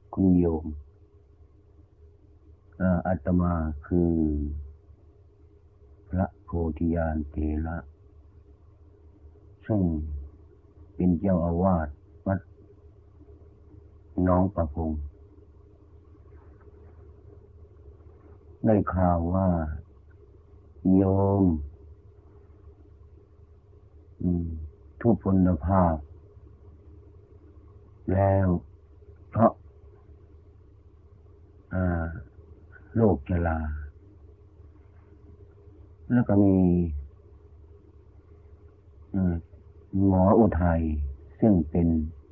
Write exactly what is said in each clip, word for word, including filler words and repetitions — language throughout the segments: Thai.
คุณโยมอาตมาคือพระโพธิญาณเถระซึ่งเป็นเจ้าอาวาสวัดหนองประพงได้ข่าวว่าโยมทุพพลภาพแล้วเพราะโรคชราแล้วก็มีหมออุทัยซึ่งเป็น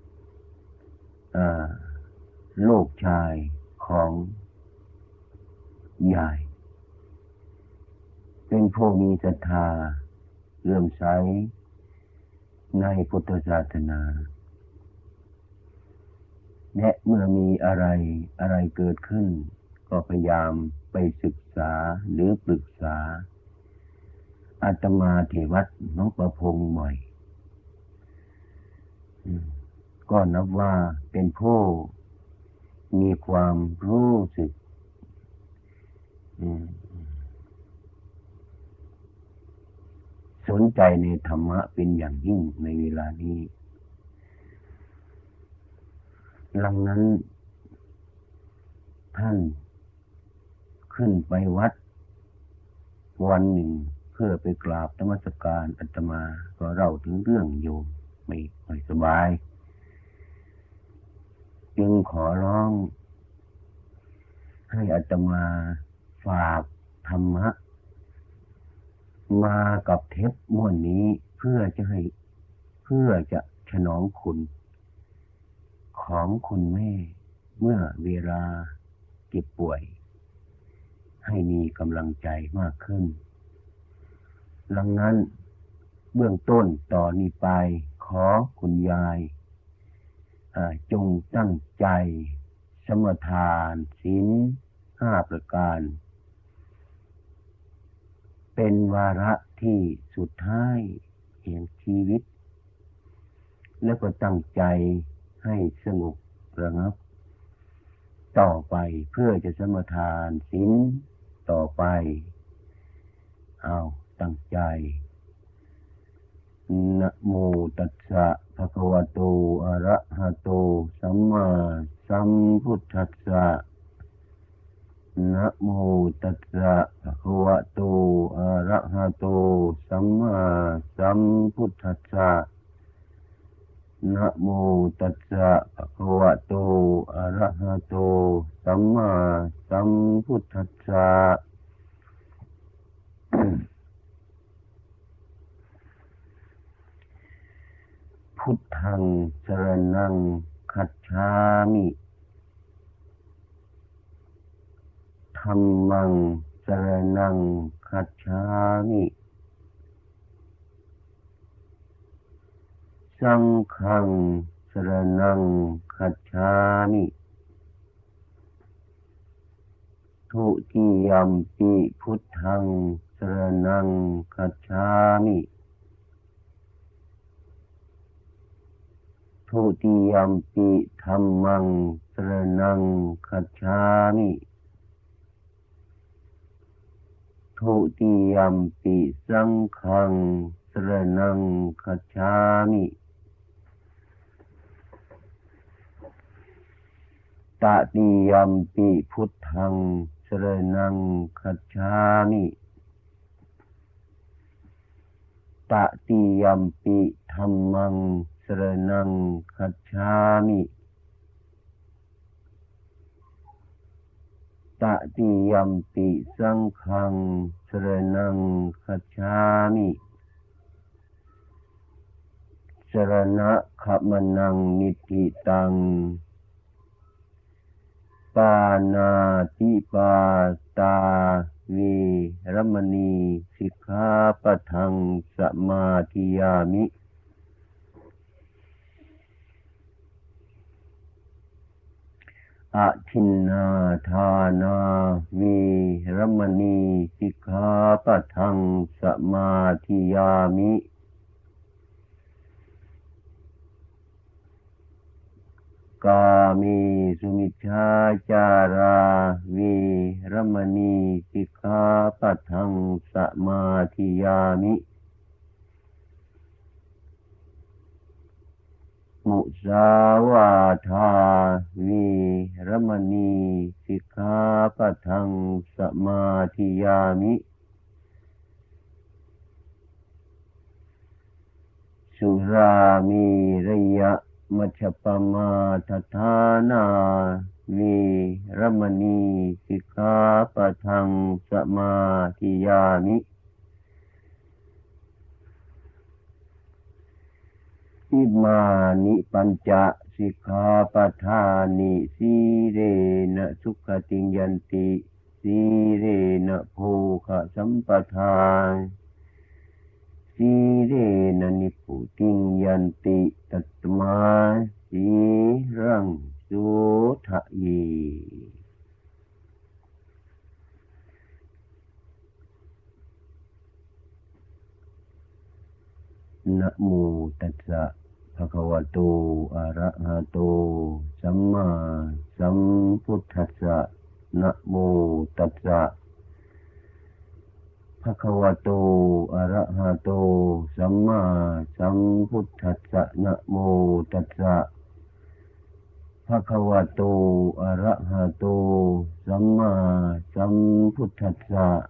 ลูกชายของยายเป็นผู้มีศรัทธาเลื่อมใสในพุทธศาสนาและเมื่อมีอะไรอะไรเกิดขึ้นก็พยายามไปศึกษาหรือปรึกษาอาตมาที่วัดหนองประพงบ่อยก็นับว่าเป็นผู้มีความรู้สึกสนใจในธรรมะเป็นอย่างยิ่งในเวลานี้หลังนั้นท่านขึ้นไปวัดวันหนึ่งเพื่อไปกราบนมัสการอาตมาก็เล่าถึงเรื่องโยมไม่ค่อยสบายจึงขอร้องให้อาตมาฝากธรรมะมากับเทปม้วนนี้เพื่อจะให้เพื่อจะฉลองคุณของคุณแม่เมื่อเวลาเจ็บป่วยให้มีกำลังใจมากขึ้นดังนั้นเบื้องต้นต่อนนี้ไปขอคุณยายจงตั้งใจสมทานศีลห้าประการเป็นวาระที่สุดท้ายแห่งชีวิตแล้วก็ตั้งใจให้สงบระงับต่อไปเพื่อจะสมทานศีลต่อไปเอาตั้งใจนะโมตัสสะภะคะวะโตอะระหะโตสัมมาสัมพุทธัสสะนะโมตัสสะภะคะวะโตอะระหะโตสัมมาสัมพุทธัสสะนะโมตัสสะภะคะวะโตอะระหะโตสัมมาสัมพุทธัสสะพุทธังสรณังคัจฉามิธัมมังสรณังคัจฉามิสังฆังสรณังคัจฉามิทุติยัมปิพุทธังสรณังคัจฉามิทุติยัมปิธัมมังสรณังคัจฉามิทุติยัมปิสังฆังสรณังคัจฉามิตติยัมปิพุทธังสรณังคัจฉามิตติยัมปิธัมมังสรณังคัจฉามิตติยัมปิสังฆังสรณังคัจฉามิสรณะขมนังนิติตังปานาติปาตาเวรมณีสิกขาปะทังสมาธิยามิอะทินนาทานาเวรมณีสิกขาปะทังสมาธิยามิกามิสุมิชฌาจาราเวรมณีสิกขาปะทังสมาธิยามิมุสาวาทาเวรมณีสิกขาปะทังสมาธิยามิสุรามีระยะมัชฌปมาทฐานาเวรมณีสิกขาปะทังสมาธิยามิอิมานิปัญจสิกขาปทานิสีเรนะสุขติยันติสีเรนะโภคสัมปทาสีเรนะนิพุติยันติตัตมาสีรังโสทะเยนะโมตัสสะภะคะวะโตอะระหะโตสัมมาสัมพุทธัสสะนะโมตัสสะภะคะวะโตอะระหะโตสัมมาสัมพุทธัสสะนะโมตัสสะภะคะวะโตอะระหะโตสัมมาสัมพุทธัสสะ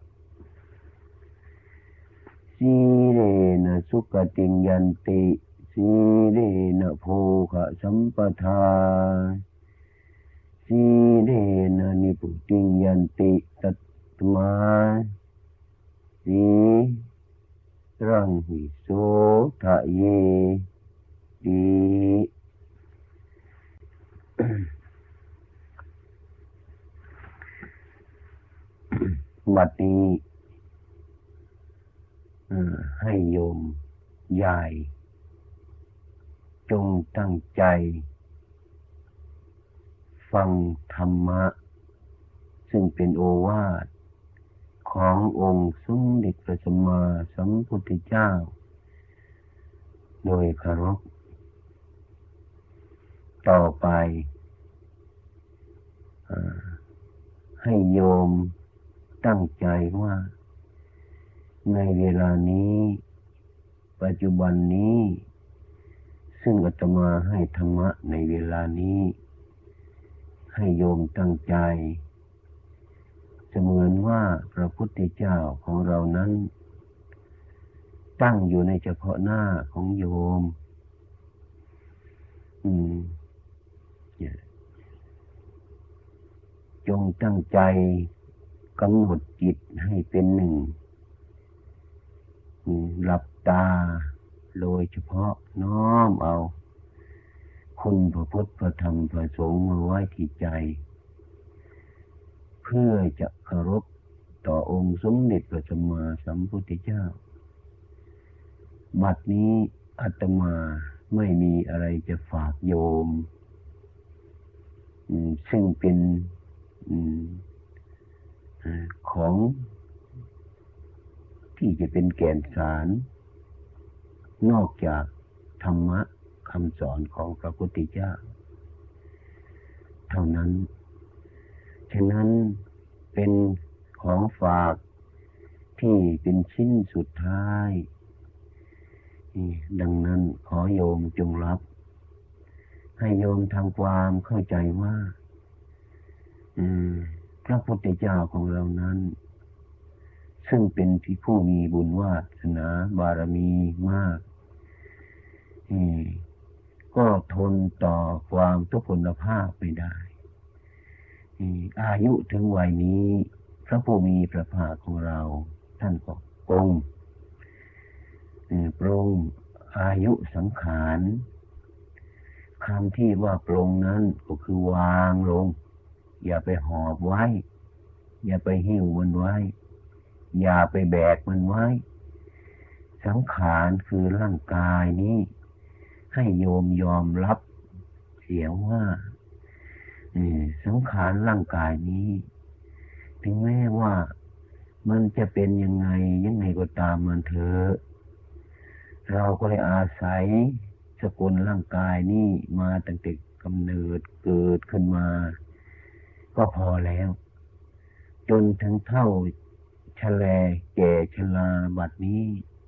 สีเรนะสุขติยันติสีเรนะโภคะสัมปทาสีเรนะนิพุติยันติตัตมาสีรังหิโสทะเยติบัดนี้ให้โยมยายจงตั้งใจฟังธรรมะซึ่งเป็นโอวาทขององค์สมเด็จพระสัมมาสัมพุทธเจ้าโดยเคารพต่อไปให้โยมตั้งใจว่าในเวลานี้ปัจจุบันนี้ซึ่งอาตมาให้ธรรมะในเวลานี้ให้โยมตั้งใจเสมือนว่าพระพุทธเจ้าของเรานั้นตั้งอยู่ในเฉพาะหน้าของโยมอืมจงตั้งใจกำหนดจิตให้เป็นหนึ่งหลับตาโดยเฉพาะน้อมเอาคุณพระพุทธพระธรรมพระสงฆ์มาไว้ที่ใจเพื่อจะเคารพต่อองค์สมเด็จพระสัมมาสัมพุทธเจ้าบัดนี้อาตมาไม่มีอะไรจะฝากโยมซึ่งเป็นของที่จะเป็นแก่นสารนอกจากธรรมะคำสอนของพระพุทธเจ้าเท่านั้นฉะนั้นเป็นของฝากที่เป็นชิ้นสุดท้ายดังนั้นขอโยมจงรับให้โยมทำความเข้าใจว่าพระพุทธเจ้าของเรานั้นซึ่งเป็นผู้มีบุญวาสนาบารมีมากก็ทนต่อความทุกข์พลภาพไม่ได้อายุถึงวัยนี้พระผู้มีพระภาคของเราท่านก็ปรงปรงอายุสังขารคำที่ว่าปรงนั้นก็คือวางลงอย่าไปหอบไว้อย่าไปหิ้วมันไว้อย่าไปแบกมันไว้สังขารคือร่างกายนี้ให้โยมยอมรับเสียว่าสังขารร่างกายนี้ถึงแม้ว่ามันจะเป็นยังไงยังไงก็ตามมันเถอะเราก็เลยอาศัยสกุลร่างกายนี่มาตั้งแต่กำเนิดเกิดขึ้นมาก็พอแล้วจนถึงเท่าชแลแก่ชราบัดนี้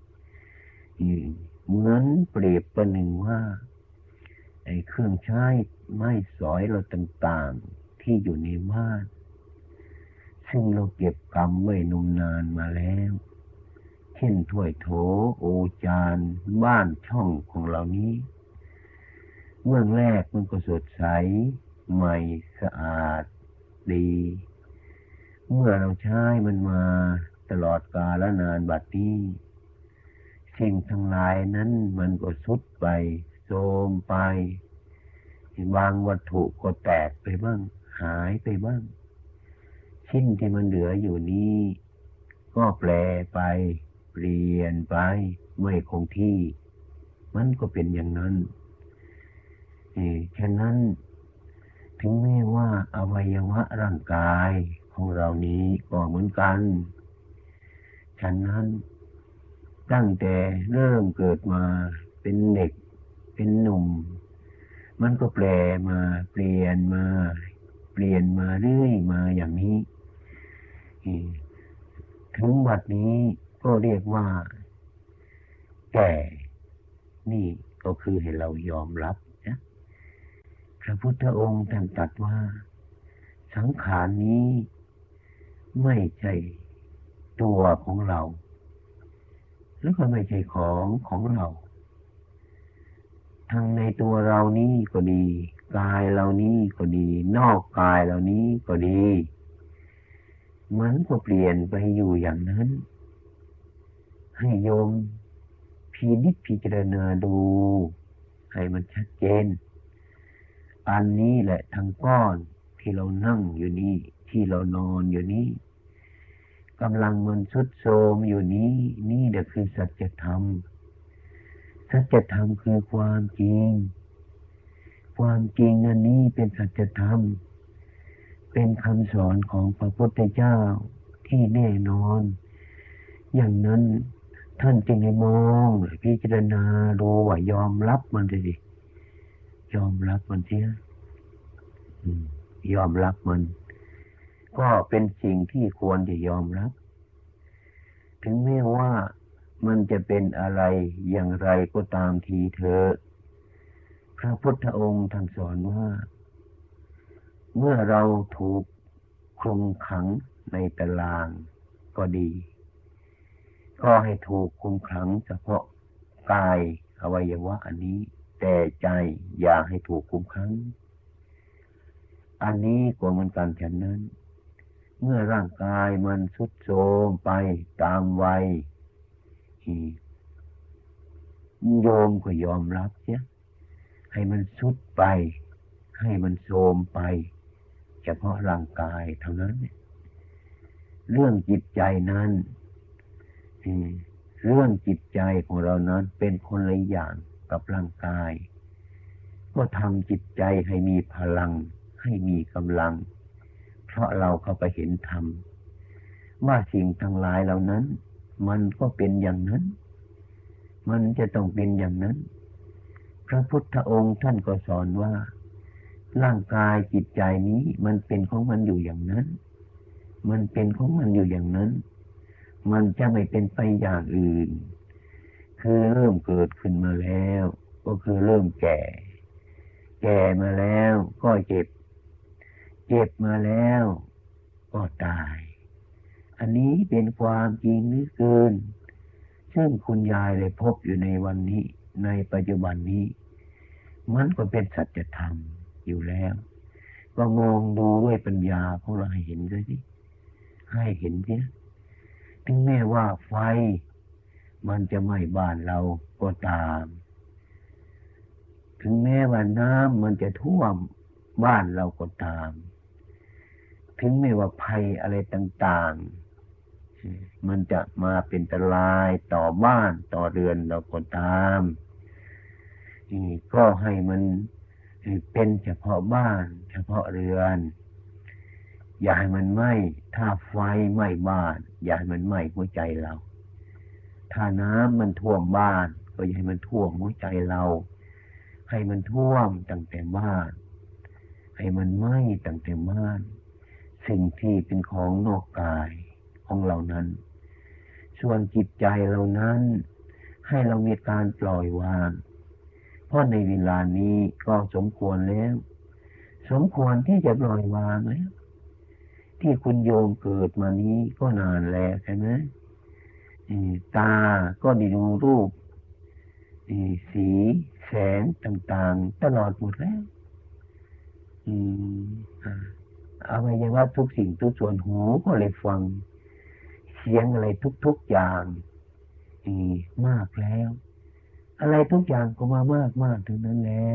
เหมือนเปรียบประหนึ่งว่าไอ้เครื่องใช้ไม้สอยเราต่างๆที่อยู่ในบ้านซึ่งเราเก็บกรรมไว้นมนานมาแล้วเช่นถ้วยโถโอจานบ้านช่องของเรานี้เมื่อแรกมันก็สดใสใหม่สะอาดดีเมื่อเราใช้มันมาตลอดกาลนานบัดนี้สิ่งทั้งหลายนั้นมันก็ทรุดไปโทรมไปบางวัตถุก็แตกไปบ้างหายไปบ้างชิ้นที่มันเหลืออยู่นี้ก็แปรไปเปลี่ยนไปไม่คงที่มันก็เป็นอย่างนั้นฉะนั้นถึงแม้ว่าอวัยวะร่างกายของเรานี้ก็เหมือนกันฉะนั้นตั้งแต่เริ่มเกิดมาเป็นเด็กเป็นหนุ่มมันก็แปรมาเปลี่ยนมาเปลี่ยนมาเรื่อยมาอย่างนี้ถึงบัดนี้ก็เรียกว่าแก่นี่ก็คือให้เรายอมรับนะพระพุทธองค์ท่านตรัสว่าสังขารนี้ไม่ใช่ตัวของเราแล้วก็ไม่ใช่ของของเราทั้งในตัวเรานี้ก็ดีกายเรานี้ก็ดีนอกกายเรานี้ก็ดีมันก็เปลี่ยนไปอยู่อย่างนั้นให้โยมพินิจพิจารณาดูให้มันชัดเจนอันนี้แหละทั้งก้อนที่เรานั่งอยู่นี่ที่เรานอนอยู่นี่กำลังมันทรุดโทรมอยู่นี้นี่แหละคือสัจธรรมสัจธรรมคือความจริงความจริงอันนี้เป็นสัจธรรมเป็นคำสอนของพระพุทธเจ้าที่แน่นอนอย่างนั้นท่านจึงให้มองพิจารณาดูว่ายอมรับมันสิยอมรับมันเสียยอมรับมันก็เป็นสิ่งที่ควรจะยอมรับถึงแม้ว่ามันจะเป็นอะไรอย่างไรก็ตามทีเถอะพระพุทธองค์ท่านสอนว่าเมื่อเราถูกคลุมขังในตารางก็ดีก็ให้ถูกคุมขังเฉพาะกายอวัยวะอันนี้แต่ใจอย่าให้ถูกคุมขังอันนี้ก็เหมือนกันฉะนั้นเมื่อร่างกายมันทรุดโทรมไปตามวัยโยมก็ยอมรับเสียให้มันทรุดไปให้มันโทรมไปเฉพาะร่างกายเท่านั้นเรื่องจิตใจนั้นเรื่องจิตใจของเรานั้นเป็นคนละอย่างกับร่างกายก็ทำจิตใจให้มีพลังให้มีกำลังเพราะเราเข้าไปเห็นธรรมว่าสิ่งทั้งหลายเหล่านั้นมันก็เป็นอย่างนั้นมันจะต้องเป็นอย่างนั้นพระพุทธองค์ท่านก็สอนว่าร่างกายจิตใจนี้มันเป็นของมันอยู่อย่างนั้นมันเป็นของมันอยู่อย่างนั้นมันจะไม่เป็นไปอย่างอื่นคือเริ่มเกิดขึ้นมาแล้วก็คือเริ่มแก่แก่มาแล้วก็เจ็บเจ็บมาแล้วก็ตายอันนี้เป็นความจริงเหลือเกินซึ่งคุณยายเลยพบอยู่ในวันนี้ในปัจจุบันนี้มันก็เป็นสัจธรรมอยู่แล้วก็มองดูด้วยปัญญาของเราให้เห็นด้วยสิให้เห็นเสียถึงแม้ว่าไฟมันจะไหม้บ้านเราก็ตามถึงแม้ว่าน้ำมันจะท่วมบ้านเราก็ตามถึงแม้ว่าภัยอะไรต่างๆมันจะมาเป็นอันตรายต่อบ้านต่อเรือนเราก็ตามก็ให้มันเป็นเฉพาะบ้านเฉพาะเรือนอย่าให้มันไหม้ถ้าไฟไหม้บ้านอย่าให้มันไหม้หัวใจเราถ้าน้ำมันท่วมบ้านก็อย่าให้มันท่วมหัวใจเราให้มันท่วมตั้งแต่บ้านให้มันไหม้ตั้งแต่บ้านสิ่งที่เป็นของนอกกายของเรานั้นส่วนจิตใจเรานั้นให้เรามีการปล่อยวางเพราะในเวลานี้ก็สมควรแล้วสมควรที่จะปล่อยวางแล้วที่คุณโยมเกิดมานี้ก็นานแล้วใช่ไหมตาก็ได้ดูรูปสีแสงต่างๆตลอดหมดแล้วอวัยวะทุกสิ่งทุกส่วนหูก็เลยฟังเสียงอะไรทุกๆอย่างมากแล้วอะไรทุกอย่างก็มามากมากถึงนั้นแหละ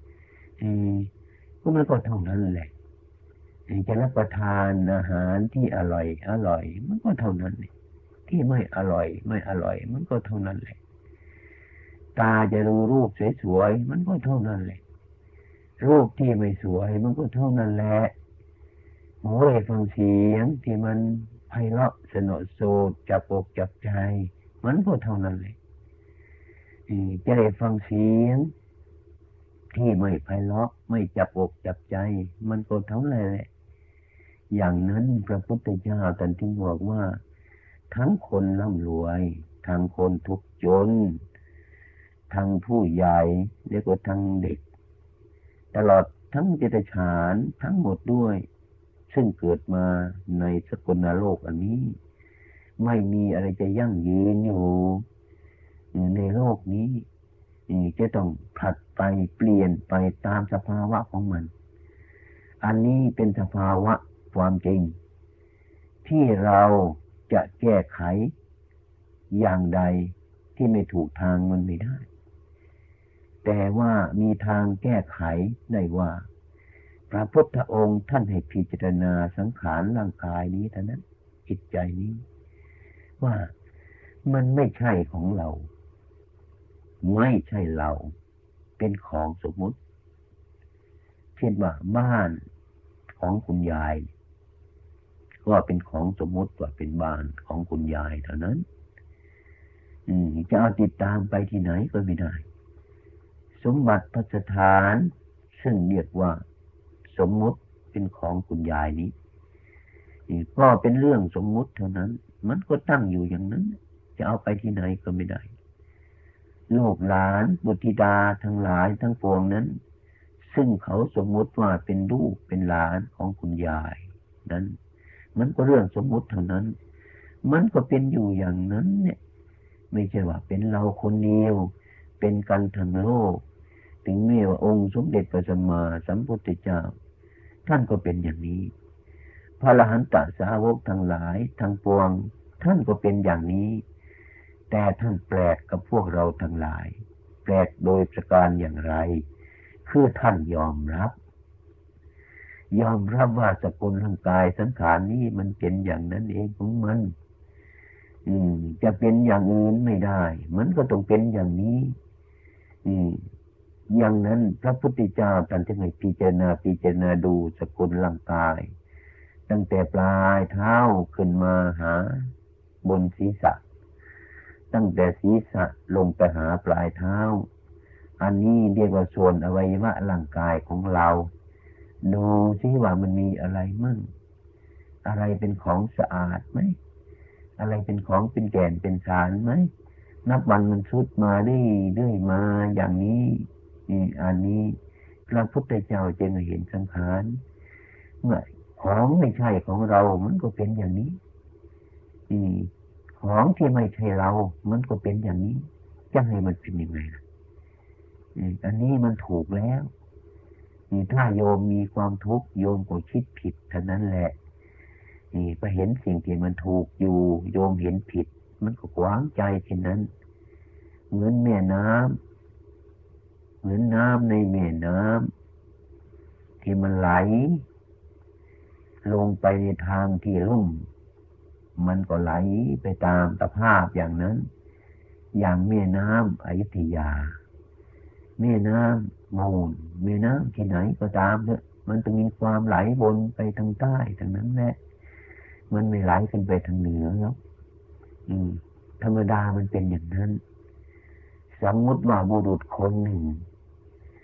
ก็มันก็เท่านั้นแหละจะรับประทานอาหารที่อร่อยอร่อยมันก็เท่านั้นที่ไม่อร่อยไม่อร่อยมันก็เท่านั้นแหละตาจะดูรูปสวยๆมันก็เท่านั้นแหละรูปที่ไม่สวยมันก็เท่านั้นแหละหูได้ฟังเสียงที่มันไพเราะสนอโสดจับอกจับใจมันก็เท่านั้นเลยจะได้ฟังเสียงที่ไม่ไพเราะไม่จับอกจับใจมันก็เท่านั้นแหละอย่างนั้นพระพุทธเจ้าตรัสถึงบอกว่าทั้งคนร่ำรวยทั้งคนทุกข์จนทั้งผู้ใหญ่และก็ทั้งเด็กตลอดทั้งเดรัจฉานทั้งหมดด้วยซึ่งเกิดมาในสกลโลกอันนี้ไม่มีอะไรจะยั่งยืนอยู่ในโลกนี้จะต้องผลัดไปเปลี่ยนไปตามสภาวะของมันอันนี้เป็นสภาวะความจริงที่เราจะแก้ไขอย่างใดที่ไม่ถูกทางมันไม่ได้แต่ว่ามีทางแก้ไขได้ว่าพระพุทธองค์ท่านให้พิจารณาสังขารร่างกายนี้เท่านั้นจิตใจนี้ว่ามันไม่ใช่ของเราไม่ใช่เราเป็นของสมมุติเช่นว่าบ้านของคุณยายก็เป็นของสมมุติว่าเป็นบ้านของคุณยายเท่านั้นจะเอาติดตามไปที่ไหนก็ไม่ได้สมบัติพัสถานซึ่งเรียกว่าสมมุติเป็นของคุณยายนี้ก็เป็นเรื่องสมมุติเท่านั้นมันก็ตั้งอยู่อย่างนั้นจะเอาไปที่ไหนก็ไม่ได้ลูกหลานบุตรธิดาทั้งหลายทั้งปวงนั้นซึ่งเขาสมมุติว่าเป็นลูกเป็นหลานของคุณยายนั้นมันก็เรื่องสมมุติเท่านั้นมันก็เป็นอยู่อย่างนั้นเนี่ยไม่ใช่ว่าเป็นเราคนเดียวเป็นกันทั้งโลกถึงแม้ว่าองค์สมเด็จพระสัมมาสัมพุทธเจ้าท่านก็เป็นอย่างนี้พระอรหันตสาวกทั้งหลายทั้งปวงท่านก็เป็นอย่างนี้แต่ท่านแปลกกับพวกเราทั้งหลายแปลกโดยประการอย่างไรคือท่านยอมรับยอมรับว่าสกุลร่างกายสังขารนี้มันเป็นอย่างนั้นเองของมันอืมจะเป็นอย่างอื่นไม่ได้มันก็ต้องเป็นอย่างนี้อืมอย่างนั้นพระพุทธเจ้าท่านจึงให้พิจารณาพิจารณาดูสกุลร่างกายตั้งแต่ปลายเท้าขึ้นมาหาบนศีรษะตั้งแต่ศีรษะลงไปหาปลายเท้าอันนี้เรียกว่าส่วนอวัยวะร่างกายของเราดูซิว่ามันมีอะไรมั่งอะไรเป็นของสะอาดไหมอะไรเป็นของเป็นแก่นเป็นสารไหมนับวันมันทรุดมาเรื่อยๆมาอย่างนี้นี่อันนี้พระพุทธเจ้าจึงเห็นสังขารเมื่อของไม่ใช่ของเรามันก็เป็นอย่างนี้ของที่ไม่ใช่เรามันก็เป็นอย่างนี้จะให้มันเป็นยังไงล่ะอันนี้มันถูกแล้วถ้าโยมมีความทุกข์โยมก็คิดผิดเท่านั้นแหละนี่ไปเห็นสิ่งที่มันถูกอยู่โยมเห็นผิดมันก็ขวางใจเช่นนั้นเหมือนแม่น้ำเหมือนน้ำในแม่น้ำที่มันไหลลงไปในทางที่ลุ่มมันก็ไหลไปตามสภาพอย่างนั้นอย่างแม่น้ำอยุธยาแม่น้ำมูลแม่น้ำที่ไหนก็ตามเนี่ยมันจะมีความไหลวนไปทางใต้ทางนั้นแหละมันไม่ไหลขึ้นไปทางเหนือแล้วอืมธรรมดามันเป็นอย่างนั้นสมมติว่าบุรุษคนหนึ่ง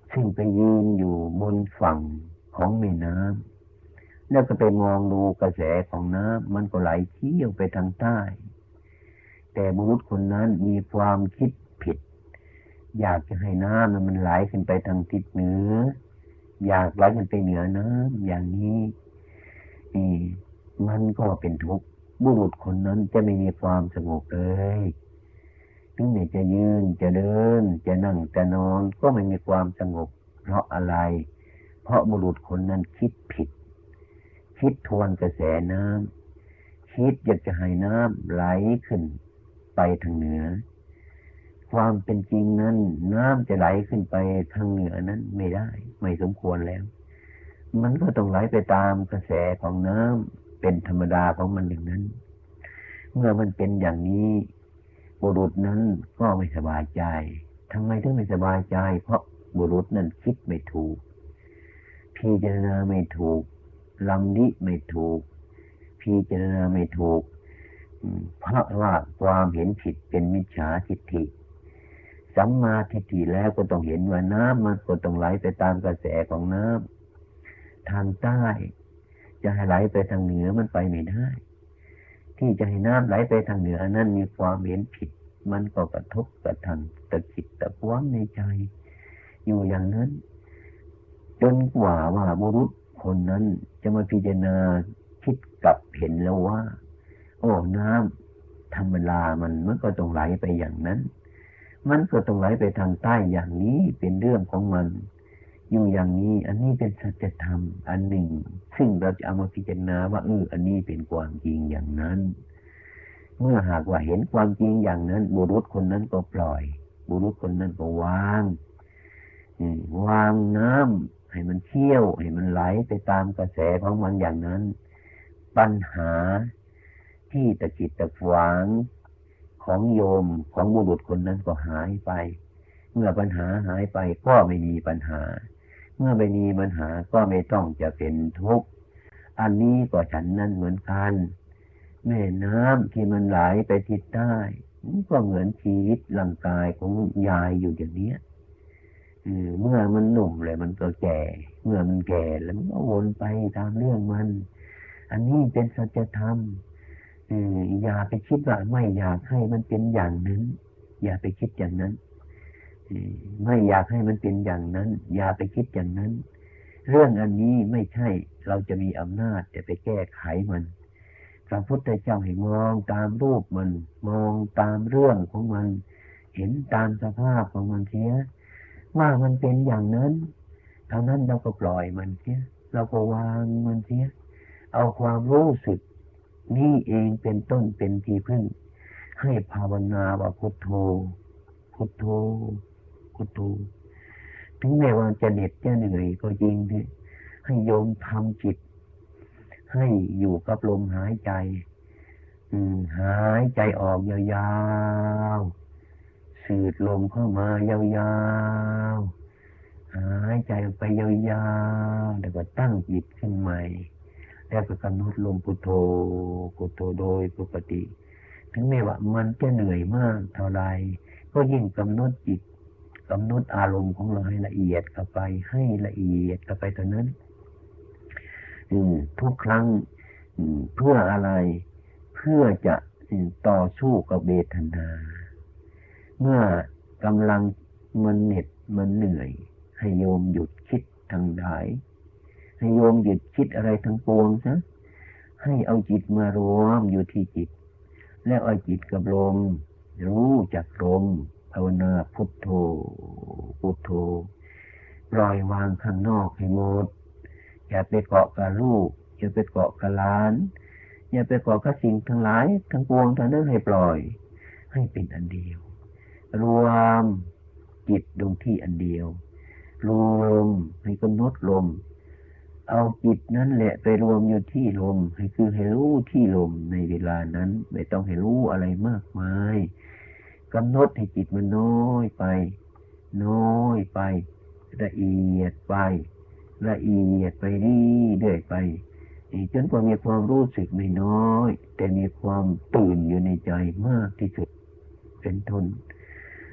ซึ่งไปยืนอยู่บนฝั่งของแม่น้ำแล้วก็ไปมองดูกระแสของน้ำมันก็ไหลเชี่ยวไปทางใต้แต่บุรุษคนนั้นมีความคิดผิดอยากจะให้น้ำมันไหลขึ้นไปทางทิศเหนืออยากไหลขึ้นไปเหนือน้ำอย่างนี้นี่มันก็เป็นทุกข์บุรุษคนนั้นจะไม่มีความสงบเลยถึงแม้จะยืนจะเดินจะนั่งจะนอนก็ไม่มีความสงบเพราะอะไรเพราะบุรุษคนนั้นคิดผิดคิดทวนกระแสน้ำคิดอยากจะให้น้ำไหลขึ้นไปทางเหนือความเป็นจริงนั้นน้ำจะไหลขึ้นไปทางเหนือนั้นไม่ได้ไม่สมควรแล้วมันก็ต้องไหลไปตามกระแสของน้ำเป็นธรรมดาของมันอย่างนั้นเมื่อมันเป็นอย่างนี้บุรุษนั้นก็ไม่สบายใจทำไมถึงไม่สบายใจเพราะบุรุษนั้นคิดไม่ถูกพิจารณาไม่ถูกลำดิไม่ถูกพิจารณาไม่ถูกเพราะว่าความเห็นผิดเป็นมิจฉาทิฏฐิสัมมาทิฏฐิแล้วก็ต้องเห็นว่าน้ำมันก็ต้องไหลไปตามกระแสของน้ำทางใต้จะให้ไหลไปทางเหนือมันไปไม่ได้ที่จะให้น้ำไหลไปทางเหนือนั้นมีความเห็นผิดมันก็กระทบกระทั่งตะกิดตะขวางในใจอยู่อย่างนั้นจนกว่าว่าบุรุษคนนั้นจะมาพิจารณาคิดกลับเห็นแล้วว่าโอ้น้ำธรรมดามันมันก็ต้องไหลไปอย่างนั้นมันก็ต้องไหลไปทางใต้อย่างนี้เป็นเรื่องของมันอยู่อย่างนี้อันนี้เป็นสัจธรรมอันหนึ่งซึ่งเราจะเอามาพิจารณาว่าเอออันนี้เป็นความจริงอย่างนั้นเมื่อหากว่าเห็นความจริงอย่างนั้นบุรุษคนนั้นก็ปล่อยบุรุษคนนั้นก็วางวางน้ำให้มันเชี่ยวให้มันไหลไปตามกระแสของมันอย่างนั้นปัญหาที่ตะกิดตะขวางของโยมของบุรุษคนนั้นก็หายไปเมื่อปัญหาหายไปก็ไม่มีปัญหาเมื่อไม่มีปัญหาก็ไม่ต้องจะเป็นทุกข์อันนี้ก็ฉันนั้นเหมือนกันแม่น้ำที่มันไหลไปทิศใต้ก็เหมือนชีวิตร่างกายของยายอยู่อย่างนี้เมื่อมันหนุ่มเลยมันก็แก่เมื่อมันแก่แล้วมันก็วนไปตามเรื่องมันอันนี้เป็นสัจธรรมอย่าไปคิดว่าไม่อยากให้มันเป็นอย่างนั้นอย่าไปคิดอย่างนั้นไม่อยากให้มันเป็นอย่างนั้นอย่าไปคิดอย่างนั้นเรื่องอันนี้ไม่ใช่เราจะมีอำนาจจะไปแก้ไขมันพระพุทธเจ้าให้มองตามรูปมันมองตามเรื่องของมันเห็นตามสภาพของมันเสียว่ามันเป็นอย่างนั้นเท่านั้นเราก็ปล่อยมันเสียเราก็วางมันเสียเอาความรู้สึกนี่เองเป็นต้นเป็นที่พึ่งให้ภาวนาว่าพุทโธพุทโธพุทโธถึงแม้ว่าจะเหน็ดจะเหนื่อยก็จริงที่ให้โยมทำจิตให้อยู่กับลมหายใจหายใจออกยาวๆสูดลมเข้ามายาวๆหายใจออกไปยาวๆแล้วก็ตั้งจิตขึ้นใหม่แล้วก็กำหนดลมพุทโธพุทโธโดยปกติถึงแม้ว่ามันจะเหนื่อยมากเท่าไรก็ยิ่งกำหนดจิตกำหนดอารมณ์ของเราให้ละเอียดเข้าไปให้ละเอียดเข้าไปเท่านั้นทุกครั้งเพื่ออะไรเพื่อจะต่อสู้กับเวทนาเมื่อกำลังมันเหน็ดมันเหนื่อยให้โยมหยุดคิดทางใดให้โยมหยุดคิดอะไรทั้งปวงซะให้เอาจิตมารวมอยู่ที่จิตแล้วเอาจิตกับลมรู้จักลมภาวนาพุทโธพุทโธปล่อยวางข้างนอกให้หมดอย่าไปเกาะกับลูกอย่าไปเกาะกับหลานอย่าไปเกาะกับสิ่งทั้งหลายทั้งปวงทั้งนั้นให้ปล่อยให้เป็นอันเดียวรวมจิตลงที่อันเดียวรวมให้กำหนดลมเอาจิตนั้นแหละไปรวมอยู่ที่ลมให้คือให้รู้ที่ลมในเวลานั้นไม่ต้องให้รู้อะไรมากมายกำหนดให้จิตมันน้อยไปน้อยไปละเอียดไปละเอียดไปเรื่อยไปจนกว่ามีความรู้สึกไม่น้อยแต่มีความตื่นอยู่ในใจมากที่สุดเป็นต้น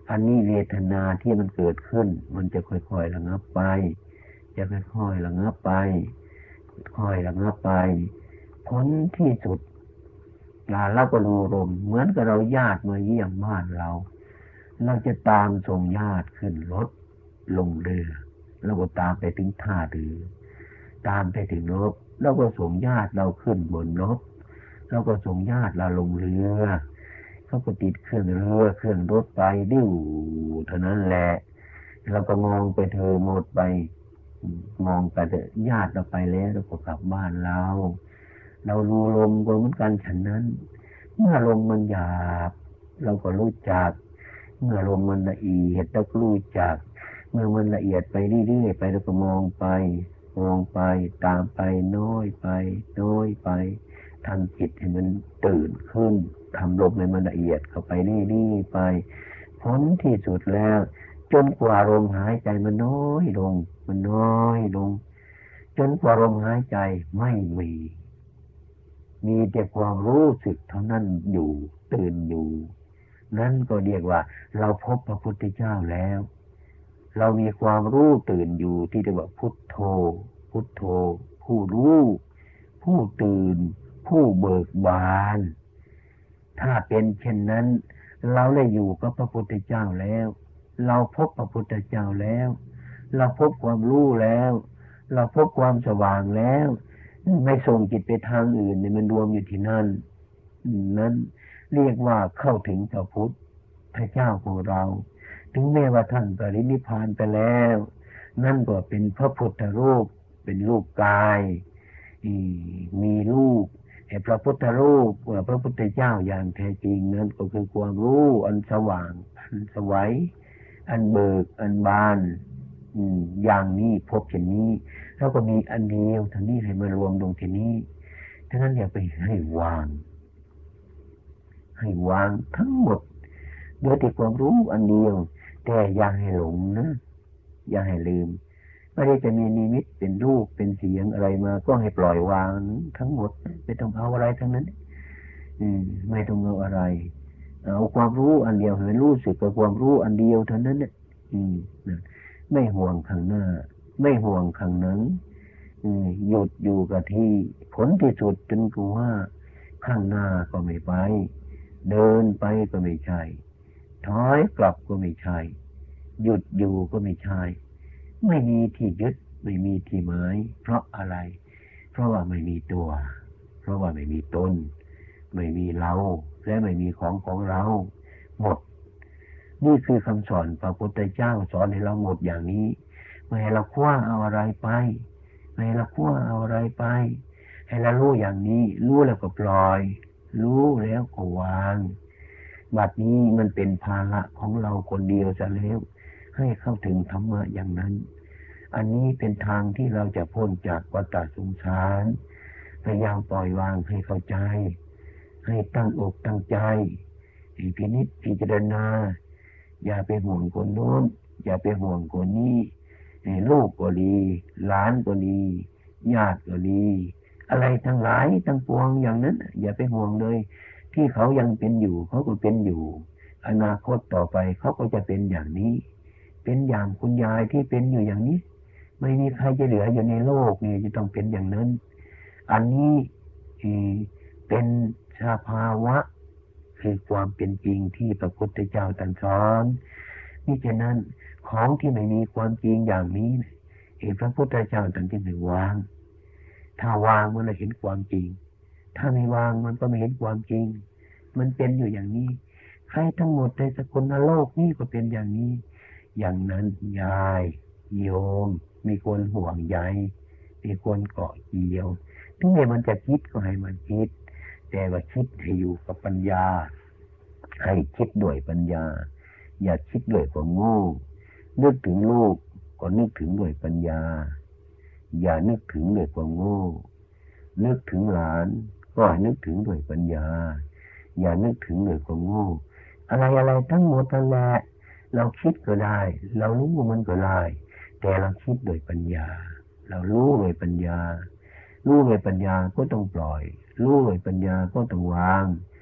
อันนี้เวทนาที่มันเกิดขึ้นมันจะค่อยๆระงับไปจะค่อยๆระงับไปค่อยๆระงับไปผลที่สุดลาเราก็ดูลมเหมือนกับเราญาติมาเยี่ยมบ้านเราเราจะตามส่งญาติขึ้นรถลงเรือเราก็ตามไปถึงท่าเรือตามไปถึงรถเราก็ส่งญาติเราขึ้นบนรถเราก็ส่งญาติเราลงเรือเขาก็ติดเครื่องเรือเครื่องรถไปดิ้วเท่านั้นแหละเราก็มองไปเธอหมดไปมองไปแต่ญาติเราไปแล้วเราก็กลับบ้านเราเรารู้ลมก็เหมือนกันฉันนั้นเมื่อลมมันหยาบเราก็รู้จักเมื่อลมมันละเอียดเราก็รู้จักเมื่อมันละเอียดไปเรื่อยๆไปเราก็มองไปมองไปตามไปน้อยไปน้อยไปทำจิตให้มันตื่นขึ้นทำลมให้มันละเอียดเข้าไปเรื่อยๆไปผลที่สุดแล้วจนกว่าลมหายใจมันน้อยลงมันน้อยลงจนกว่าลมหายใจไม่มีมีแต่ความรู้สึกเท่านั้นอยู่ตื่นอยู่นั่นก็เรียกว่าเราพบพระพุทธเจ้าแล้วเรามีความรู้ตื่นอยู่ที่เรียกว่าพุทโธพุทโธผู้รู้ผู้ตื่นผู้เบิกบานถ้าเป็นเช่นนั้นเราได้อยู่กับพระพุทธเจ้าแล้วเราพบพระพุทธเจ้าแล้วเราพบความรู้แล้วเราพบความสว่างแล้วไม่ส่งจิตไปทางอื่นเนี่ยมันรวมอยู่ที่นั่นนั้นเรียกว่าเข้าถึงพระพุทธเจ้าของเราถึงแม้ว่าท่านปรินิพพานไปแล้วนั่นก็เป็นพระพุทธรูปเป็นรูปกายมีรูปไอ้พระพุทธรูปว่าพระพุทธเจ้าอย่างแท้จริงนั้นก็คือความรู้อันสว่างอันสวัยอันเบิกอันบานอย่างนี้พบเช่นนี้แล้วก็มีอันเดียวทั้งนี้ให้มารวมลงที่นี้ฉะนั้นอย่าไปให้วางให้วางทั้งหมดโดยที่ความรู้อันเดียวแต่อย่าให้หลงนะอย่าให้ลืมไม่ได้จะมีนิมิตเป็นรูปเป็นเสียงอะไรมาก็ให้ปล่อยวางทั้งหมดไม่ต้องเอาอะไรทั้งนั้นอืมไม่ต้องเอาอะไรเอาความรู้อันเดียวให้รู้สึกกับความรู้อันเดียวเท่านั้นเนี่ยอืมไม่ห่วงข้างหน้าไม่ห่วงข้างหลังหยุดอยู่กับที่ผลที่สุดจนกว่าข้างหน้าก็ไม่ไปเดินไปก็ไม่ใช่ถอยกลับก็ไม่ใช่หยุดอยู่ก็ไม่ใช่ไม่มีที่ยึดไม่มีที่หมายเพราะอะไรเพราะว่าไม่มีตัวเพราะว่าไม่มีตนไม่มีเราและไม่มีของของเราหมดนี่คือคำสอนพระพุทธเจ้าสอนให้เราหมดอย่างนี้ไม่ให้เราคว้าเอาอะไรไปไม่ให้เราคว้าเอาอะไรไปให้เรารู้อย่างนี้รู้แล้วก็ปล่อยรู้แล้วก็วางบัดนี้มันเป็นภาระของเราคนเดียวจะแล้วให้เข้าถึงธรรมะอย่างนั้นอันนี้เป็นทางที่เราจะพ้นจากวัฏสงสารพยายามปล่อยวางให้เข้าใจให้ตั้งอกตั้งใจให้พินิจพิจารณาอย่าไปห่วงคนโน้นอย่าไปห่วงคนนี้ลูกก็ดีหลานก็ดีญาติก็ดีอะไรทั้งหลายทั้งปวงอย่างนั้นอย่าไปห่วงเลยที่เขายังเป็นอยู่เขาก็เป็นอยู่อนาคตต่อไปเขาก็จะเป็นอย่างนี้เป็นอย่างคุณยายที่เป็นอยู่อย่างนี้ไม่มีใครจะเหลืออยู่ในโลกนี่จะต้องเป็นอย่างนั้นอันนี้เป็นสภาวะคือความเป็นจริงที่พระพุทธเจ้าตรัสสอนนี่ฉะนั้นของที่ไม่มีความจริงอย่างนี้เห็นพระพุทธเจ้าตรัสจึงให้วางถ้าวางมันจะเห็นความจริงถ้าไม่วางมันก็ไม่เห็นความจริงมันเป็นอยู่อย่างนี้ใครทั้งหมดในสกุลโลกนี้ก็เป็นอย่างนี้อย่างนั้นยายโยมมีคนห่วงใยมีคนเกาะเกี่ยวถึงแม้มันจะคิดก็ให้มันคิดแต่ว่าคิดให้อยู่กับปัญญาให้คิดด้วยปัญญาอย่าคิดด้วยความโง่นึกถึงลูกก็นึกถึงด้วยปัญญาอย่านึกถึงด้วยความโง่นึกถึงหลานก็นึกถึงด้วยปัญญาอย่านึกถึงด้วยความโง่อะไรอะไรทั้งหมดนั่นแหละเราคิดก็ได้เรารู้มันก็ได้แต่เราคิดโดยปัญญาเรารู้โดยปัญญารู้โดยปัญญาก็ต้องปล่อยรู้โดยปัญญาก็ต้องวาง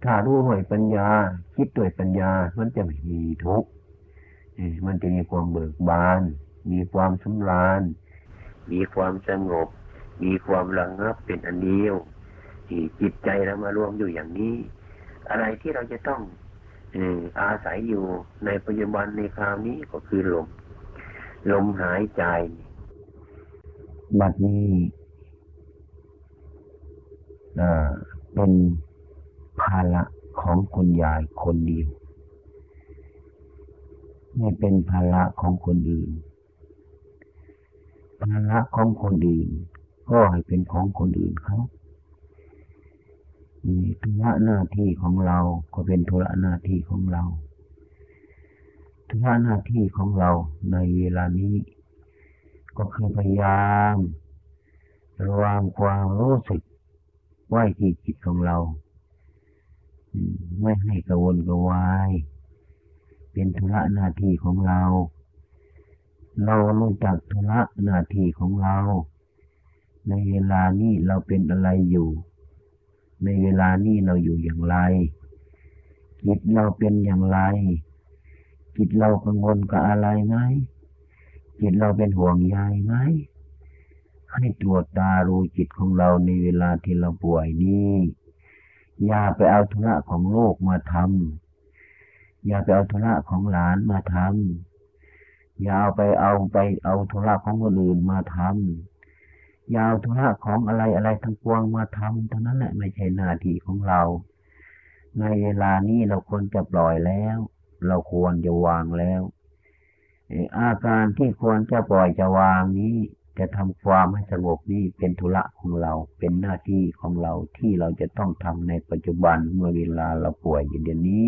ถ้ารู้ด้วยปัญญาคิดด้วยปัญญามันจะไม่มีทุกข์มันจะมีความเบิกบานมีความสำราญมีความสงบมีความระงับเป็นอันเดียวที่จิตใจเรามารวมอยู่อย่างนี้อะไรที่เราจะต้องอาศัยอยู่ในปัจจุบันในคราวนี้ก็คือลมลมหายใจบัดนี้เป็นภาระของคุณยายคนเดียวไม่เป็นภาระของคนอื่นภาระของคนอื่นก็ให้เป็นของคนอื่นเขาธุระหน้าที่ของเราก็เป็นธุระหน้าที่ของเราธุระหน้าที่ของเราในเวลานี้ก็คือพยายามระวางความรู้สึกไว้ที่จิตของเราไม่ให้กระวนกระวายเป็นธุระหน้าที่ของเราเรารู้จักธุระหน้าที่ของเราในเวลานี้เราเป็นอะไรอยู่ในเวลานี้เราอยู่อย่างไรจิตเราเป็นอย่างไรจิตเรากังวลกับอะไรไหมจิตเราเป็นห่วงใยไหมให้ตรวจตารู้จิตของเราในเวลาที่เราป่วยนี้อย่าไปเอาธุระของโลกมาทำอย่าไปเอาธุระของหลานมาทำอย่าเอาไปเอาไปเอาธุระของคนอื่นมาทำอย่าเอาธุระของอะไรอะไรทั้งปวงมาทำเท่านั้นแหละไม่ใช่หน้าที่ของเราในเวลานี้เราควรจะปล่อยแล้วเราควรจะวางแล้วอาการที่ควรจะปล่อยจะวางนี้จะทำความให้สงบนี้เป็นธุระของเราเป็นหน้าที่ของเราที่เราจะต้องทำในปัจจุบันเมื่อเวลาเราป่วยอยู่เดี๋ยวนี้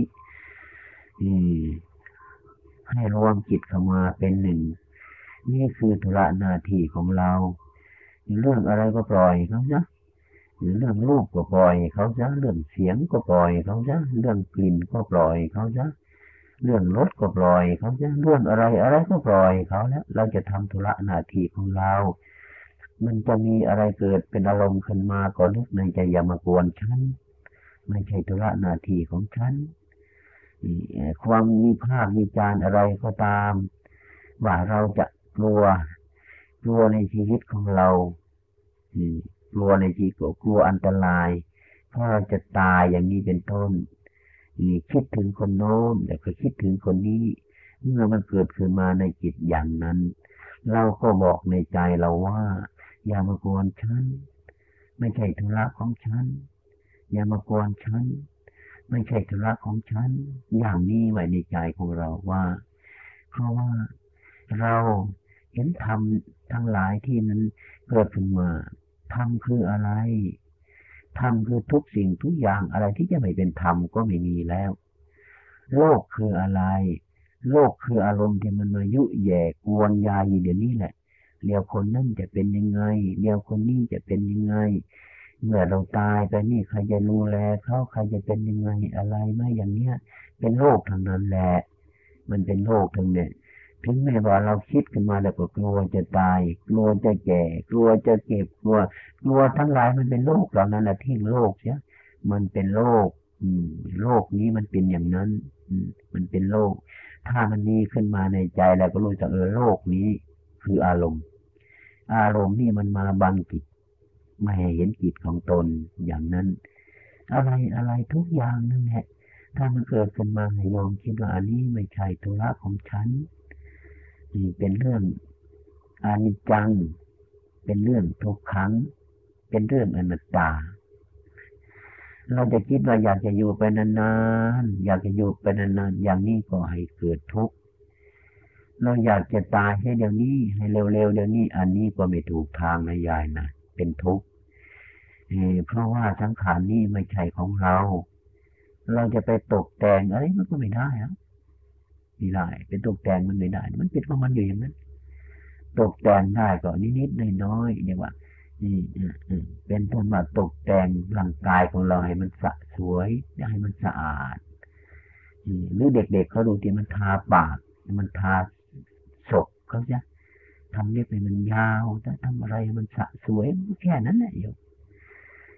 ให้รวมจิตเข้ามาเป็นหนึ่งนี่คือธุระหน้าที่ของเราเรื่องอะไรก็ปล่อยเขาซะเรื่องรูปก็ปล่อยเขาซะเรื่องเสียงก็ปล่อยเขาซะเรื่องกลิ่นก็ปล่อยเขาซะเรื่องรสก็ปล่อยเขาซะเรื่องอะไรอะไรก็ปล่อยเขาแล้วเราจะทำธุระหน้าที่ของเรามันจะมีอะไรเกิดเป็นอารมณ์ขึ้นมาก็นึกในใจอย่ามากวนฉันไม่ใช่ธุระหน้าที่ของฉันความมีภาพมีจานอะไรก็ตามว่าเราจะกลัวกลัวในชีวิตของเรากลัวในชีวิตกลัวอันตรายเพราะเราจะตายอย่างนี้เป็นต้นคิดถึงคนโน้นแต่ก็คิดถึงคนนี้เมื่อมันเกิดขึ้นมาในจิตอย่างนั้นเราก็บอกในใจเราว่าอย่ามากวนฉันไม่ใช่ธุระของฉันอย่ามากวนฉันไม่ใช่ธุระของฉันอย่างนี้ไว้ในใจของเราว่าเพราะว่าเราเห็นธรรมทั้งหลายที่นั้นเกิดขึ้นมาธรรมคืออะไรธรรมคือทุกสิ่งทุกอย่างอะไรที่จะไม่เป็นธรรมก็ไม่มีแล้วโลกคืออะไรโลกคืออารมณ์ที่มันมายุแย่กวนยาอยู่เดี๋ยวนี้แหละเดี๋ยวคนนั่นจะเป็นยังไงเดี๋ยวคนนี้จะเป็นยังไงเมื่อเราตายไปนี่ใครจะดูแลเขาใครจะเป็นยังไงอะไรไม่อย่างเนี้ยเป็นโลกทั้งนั้นแหละมันเป็นโลกทั้งเนี่ยถึงแม้ว่าเราคิดขึ้นมาแล้วก็กลัวจะตายกลัวจะแก่กลัวจะเก็บกลัวกลัวทั้งหลายมันเป็นโลกเหล่านั้นนะทิ้งโลกเสียมันเป็นโลกอืมโลกนี้มันเป็นอย่างนั้นอืมมันเป็นโลกถ้ามันมีขึ้นมาในใจแล้วก็รู้จักเออโลกนี้คืออารมณ์อารมณ์นี่มันมาบังจิตไม่ให้เห็นจิตของตนอย่างนั้นอะไรอะไรทุกอย่างนั่นแหละถ้ามันเกิดขึ้นมาให้ยอมคิดว่าอันนี้ไม่ใช่ธุระของฉันนี่เป็นเรื่องอนิจจังเป็นเรื่องทุกขังเป็นเรื่องอนัตตาเราจะคิดว่าอยากจะอยู่ไปนานๆอยากจะอยู่ไปนานๆอย่างนี้ก็ให้เกิดทุกข์เราอยากจะตายให้เดี๋ยวนี้ให้เร็วๆเดี๋ยวนี้อันนี้ก็ไม่ถูกทางนะยายนะเป็นทุกข์เพราะว่าสังขารนี้ไม่ใช่ของเราเราจะไปตกแต่งอะไรมันก็ไม่ได้ครับไม่ได้เป็นตกแต่งมันไม่ได้มันเป็นของมันอยู่อย่างนั้นตกแต่งได้ก็นิดๆน้อยๆเนี่ยว่าเป็นต้นมาตกแต่งร่างกายของเราให้มันสะสวยให้มันสะอาดหรือเด็กๆเขาดูที่มันทาปากมันทาศพเขาจะทำเล็บให้มันยาวจะทำอะไรมันสะสวยแค่นั้นแหละโยม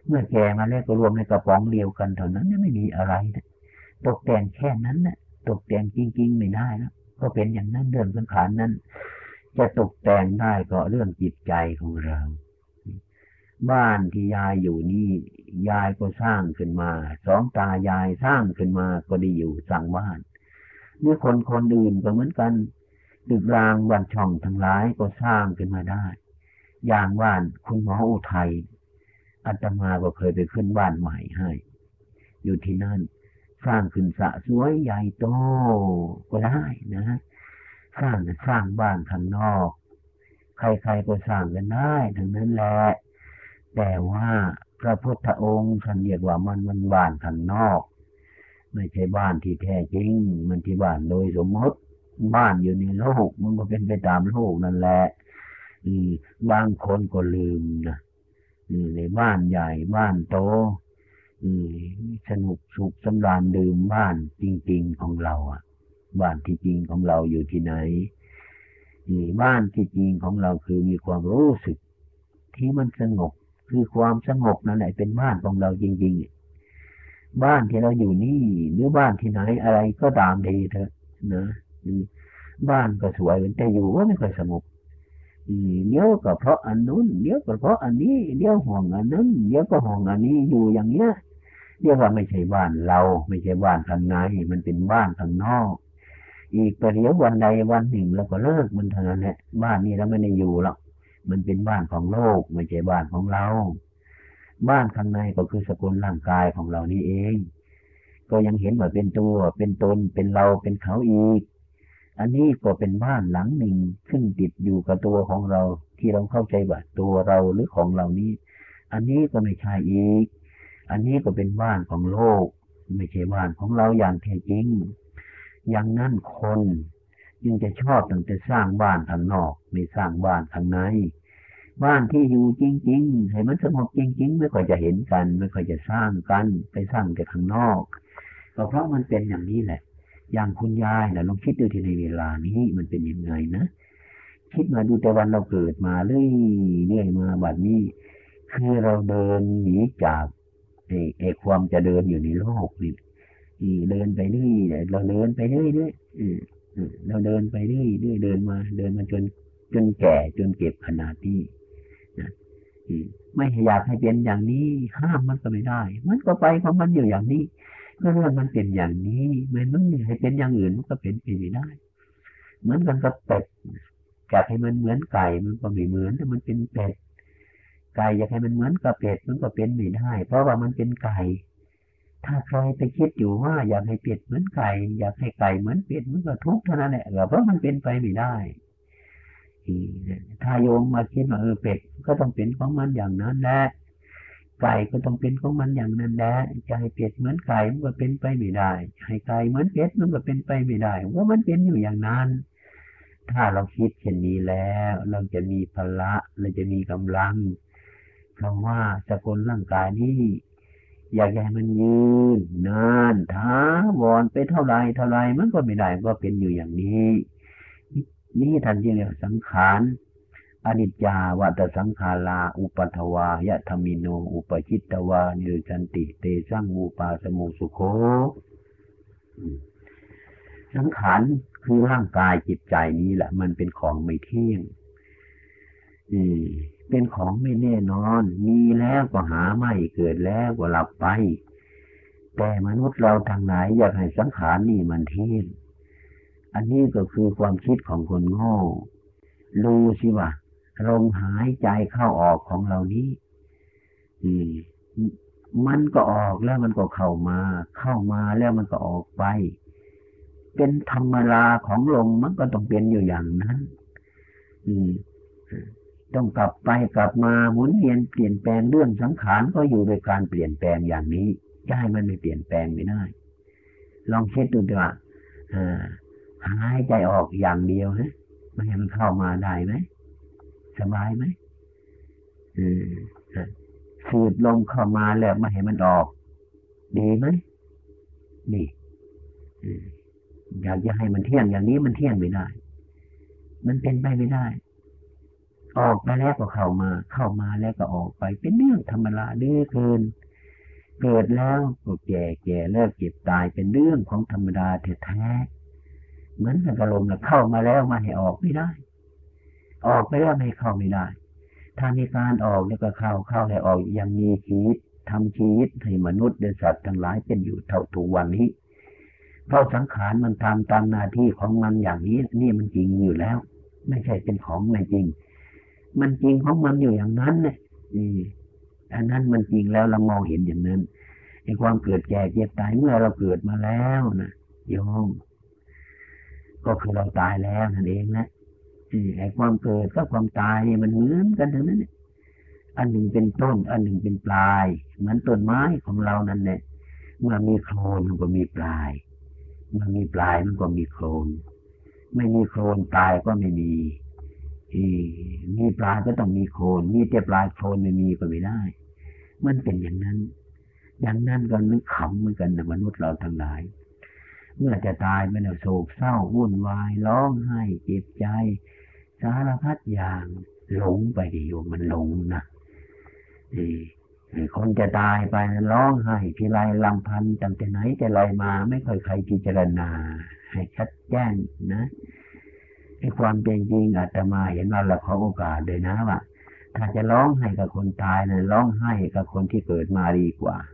เมื่อแก่มาแล้วก็รวมในกระป๋องเดียวกันเท่านั้นไม่มีอะไรนะตกแต่งแค่นั้นนะตกแต่งจริงๆไม่ได้นะก็เป็นอย่างนั้นเรื่องสังขารนั้นจะตกแต่งได้ก็เรื่องจิตใจของเราบ้านที่ยายอยู่นี่ยายก็สร้างขึ้นมาสองตายายสร้างขึ้นมาก็ได้อยู่สร้างบ้านหรือคนคนอื่นก็เหมือนกันตึกรางบ้านช่องทั้งหลายก็สร้างขึ้นมาได้อย่างบ้านคุณหมออุทัยอาตมาก็เคยไปขึ้นบ้านใหม่ให้อยู่ที่นั่นสร้างขึ้นสะสวยใหญ่โตก็ได้นะสร้างสร้างบ้านข้างนอกใครๆก็สร้างกันได้ทั้งนั้นแหละแต่ว่าพระพุทธองค์ท่านเรียกว่ามันมันบ้านข้างนอกไม่ใช่บ้านที่แท้จริงมันที่บ้านโดยสมมติบ้านอยู่ในโลกมันก็เป็นไปตามโลกนั่นแหละอืมบางคนก็ลืมนะอืมในบ้านใหญ่บ้านโตอืมสนุกสุขสำราญดื่มบ้านจริงๆของเราอ่ะบ้านที่จริงของเราอยู่ที่ไหนอืมบ้านที่จริงของเราคือมีความรู้สึกที่มันสงบคือความสงบนั่นแหละเป็นบ้านของเราจริงๆบ้านที่เราอยู่นี่หรือบ้านที่ไหนอะไรก็ตามดีเถอะนะบ้านก็สวยแต่อยู่ว่าไม่ค่อยสงบเดี๋ยวก็เพราะอันนู้นเดี๋ยวก็เพราะอันนี้เดี๋ยวห่วงอันนั้นเดี๋ยวก็ห่วงอันนี้อยู่อย่างเงี้ยเรียกว่าไม่ใช่บ้านเราไม่ใช่บ้านข้างในมันเป็นบ้านข้างนอกอีกประเดี๋ยววันใดวันหนึ่งเราก็เลิกมันเท่านั้นแหละบ้านนี้เราไม่ได้อยู่หรอกมันเป็นบ้านของโลกไม่ใช่บ้านของเราบ้านข้างในก็คือสกุลร่างกายของเรานี่เองก็ยังเห็นว่าเป็นตัวเป็นตนเป็นเราเป็นเขาอีกอันนี้ก็เป็นบ้านหลังหนึ่งซึ่งติดอยู่กับตัวของเราที่เราเข้าใจว่าตัวเราหรือของเรานี้อันนี้ก็ไม่ใช่อีกอันนี้ก็เป็นบ้านของโลกไม่ใช่บ้านของเราอย่างแท้จริงอย่างนั้นคนยังจะชอบตั้งแต่สร้างบ้านข้างนอกไม่สร้างบ้านข้างในบ้านที่อยู่จริงๆให้มันสงบจริงๆไม่ค่อยจะเห็นกันไม่ค่อยจะสร้างกันไปสร้างแต่ข้างนอกก็เพราะมันเป็นอย่างนี้แหละอย่างคุณยายนะลองคิดดูที่ในเวลานี้มันเป็นยังไงนะคิดมาดูแต่วันเราเกิดมาเรื่อยเรื่อยมาบัดนี้คือเราเดินหนีจากไอ้ไอ้ความจะเดินอยู่ในโลกนี่เดินไปเรื่อยเราเดินไปเรื่อยเรื่อยเราเดินไปเรื่อยเรื่อยเดินมาเดินมาจนจนแก่จนเก็บขนาดที่นะไม่อยากให้เป็นอย่างนี้ห้ามมันก็ไม่ได้มันก็ไปของมันอยู่อย่างนี้เมื่อเรื่องมันเป็นอย่างนี้มันไม่ให้เป็นอย่างอื่นมันก็เป็นไปไม่ได้เหมือนกันกับเป็ดอยากให้มันเหมือนไก่มันก็ไม่เหมือนแต่มันเป็นเป็ดไก่อยากให้มันเหมือนกับเป็ดมันก็เป็นไม่ได้เพราะว่ามันเป็นไก่ถ้าใครไปคิดอยู่ว่าอยากให้เป็ดเหมือนไก่อยากให้ไก่เหมือนเป็ดมันก็ทุกข์เท่านั้นแหละเพราะมันเป็นไปไม่ได้ถ้าโยมมาคิดว่าเออเป็ดก็ต้องเป็นของมันอย่างนั้นแหละไก่ก็ต้องเป็นของมันอย่างนั้นแหละจะให้เป็ดเหมือนไก่มันก็เป็นไปไม่ได้ให้ไก่เหมือนเป็ดมันก็เป็นไปไม่ได้ว่ามันเป็นอยู่อย่างนั้นถ้าเราคิดเช่นนี้แล้วเราจะมีพละเราจะมีกำลังเพราะว่าสกุลร่างกายนี้อยากให้มันยืนนานท้าวอนไปเท่าไรเท่าไรมันก็ไม่ได้ก็เป็นอยู่อย่างนี้นี่ท่านเรียกสังขารอนิจจาวัตสังขาราอุปัฏวายะธรรมิโนอุปจิตตวานิจันติเตสังอุปาสมุสุโขสังขารคือร่างกายจิตใจนี้แหละมันเป็นของไม่เที่ยงอืมเป็นของไม่แน่นอนมีแล้วก็หาไม่เกิดแล้วก็หลับไปแต่มนุษย์เราทางไหนอยากให้สังขารนี่มันเที่ยงอันนี้ก็คือความคิดของคนโง่รู้สิว่าลมหายใจเข้าออกของเรานี้อืมมันก็ออกแล้วมันก็เข้ามาเข้ามาแล้วมันก็ออกไปเป็นธรรมดาของลมมันก็ต้องเป็นอยู่อย่างนั้นอืมต้องกลับไปกลับมาหมุนเวียนเปลี่ยนแปลงเรื่องสังขารก็อยู่โดยการเปลี่ยนแปลงอย่างนี้จะให้มันไม่เปลี่ยนแปลงไม่ได้ลองเช็ดดูดีว่าหายใจออกอย่างเดียวนะไม่ให้มันเข้ามาได้ไหมสบายไหมสูดลมเข้ามาแล้วไม่ให้มันออกดีไหมนี่อยากจะให้มันเที่ยงอย่างนี้มันเที่ยงไม่ได้มันเป็นไปไม่ได้ออกไปแล้วก็เข้ามาเข้ามาแล้วก็ออกไปเป็นเรื่องธรรมดาเด้อเกินเกิดแล้วก็แก่แก่เลิกเจ็บตายเป็นเรื่องของธรรมดาแท้ๆเหมือนกับลมนะเข้ามาแล้วมาให้ออกไม่ได้ออกไปแล้วไม่เข้าไม่ได้ถ้ามีการออกแล้วก็เข้าเข้าให้ออกยังมีชีวิตทำชีวิตให้มนุษย์และสัตว์ทั้งหลายเป็นอยู่เท่าทุกวันนี้เพราะสังขารมันทำตามหน้าที่ของมันอย่างนี้นี่มันจริงอยู่แล้วไม่ใช่เป็นของไม่จริงมันจริงของมันอยู่อย่างนั้นเนี่ยอันนั้นมันจริงแล้วเรามองเห็นอย่างนั้นไอ้ความเกิดแก่เจ็บตายเมื่อเราเกิดมาแล้วนะโยมก็คือเราตายแล้วนั่นเองนะไอ้ความเกิดกับความตายนี่มันเหมือนกันทั้งนั้นเนี่ยอันหนึ่งเป็นต้นอันหนึ่งเป็นปลายเหมือนต้นไม้ของเรานั่นแหละเมื่อมีโคนมันก็มีปลายเมื่อมีปลายมันก็มีโคนไม่มีโคนปลายก็ไม่มีมีปลายก็ต้องมีโคนมีแต่ปลายโคนไม่มีก็ไม่ได้มันเป็นอย่างนั้นอย่างนั้นก็นึกขำเหมือนกันนะมนุษย์เราทั้งหลายเมื่อจะตายไปแล้วโศกเศร้าวุ่นวายร้องไห้เจ็บใจสารพัดอย่างหลงไปดิโยมมันหลงนะคนจะตายไปร้องไห้ทีไรลำพันตั้งแต่ไหนแต่ไรมาไม่เคยใครพิจารณาให้ชัดแจ้งนะไอ้ความเป็นจริงอาตมาเห็นว่าเราขอโอกาสเลยนะว่าถ้าจะร้องไห้กับคนตายนะร้องไห้กับคนที่เกิดมาดีกว่า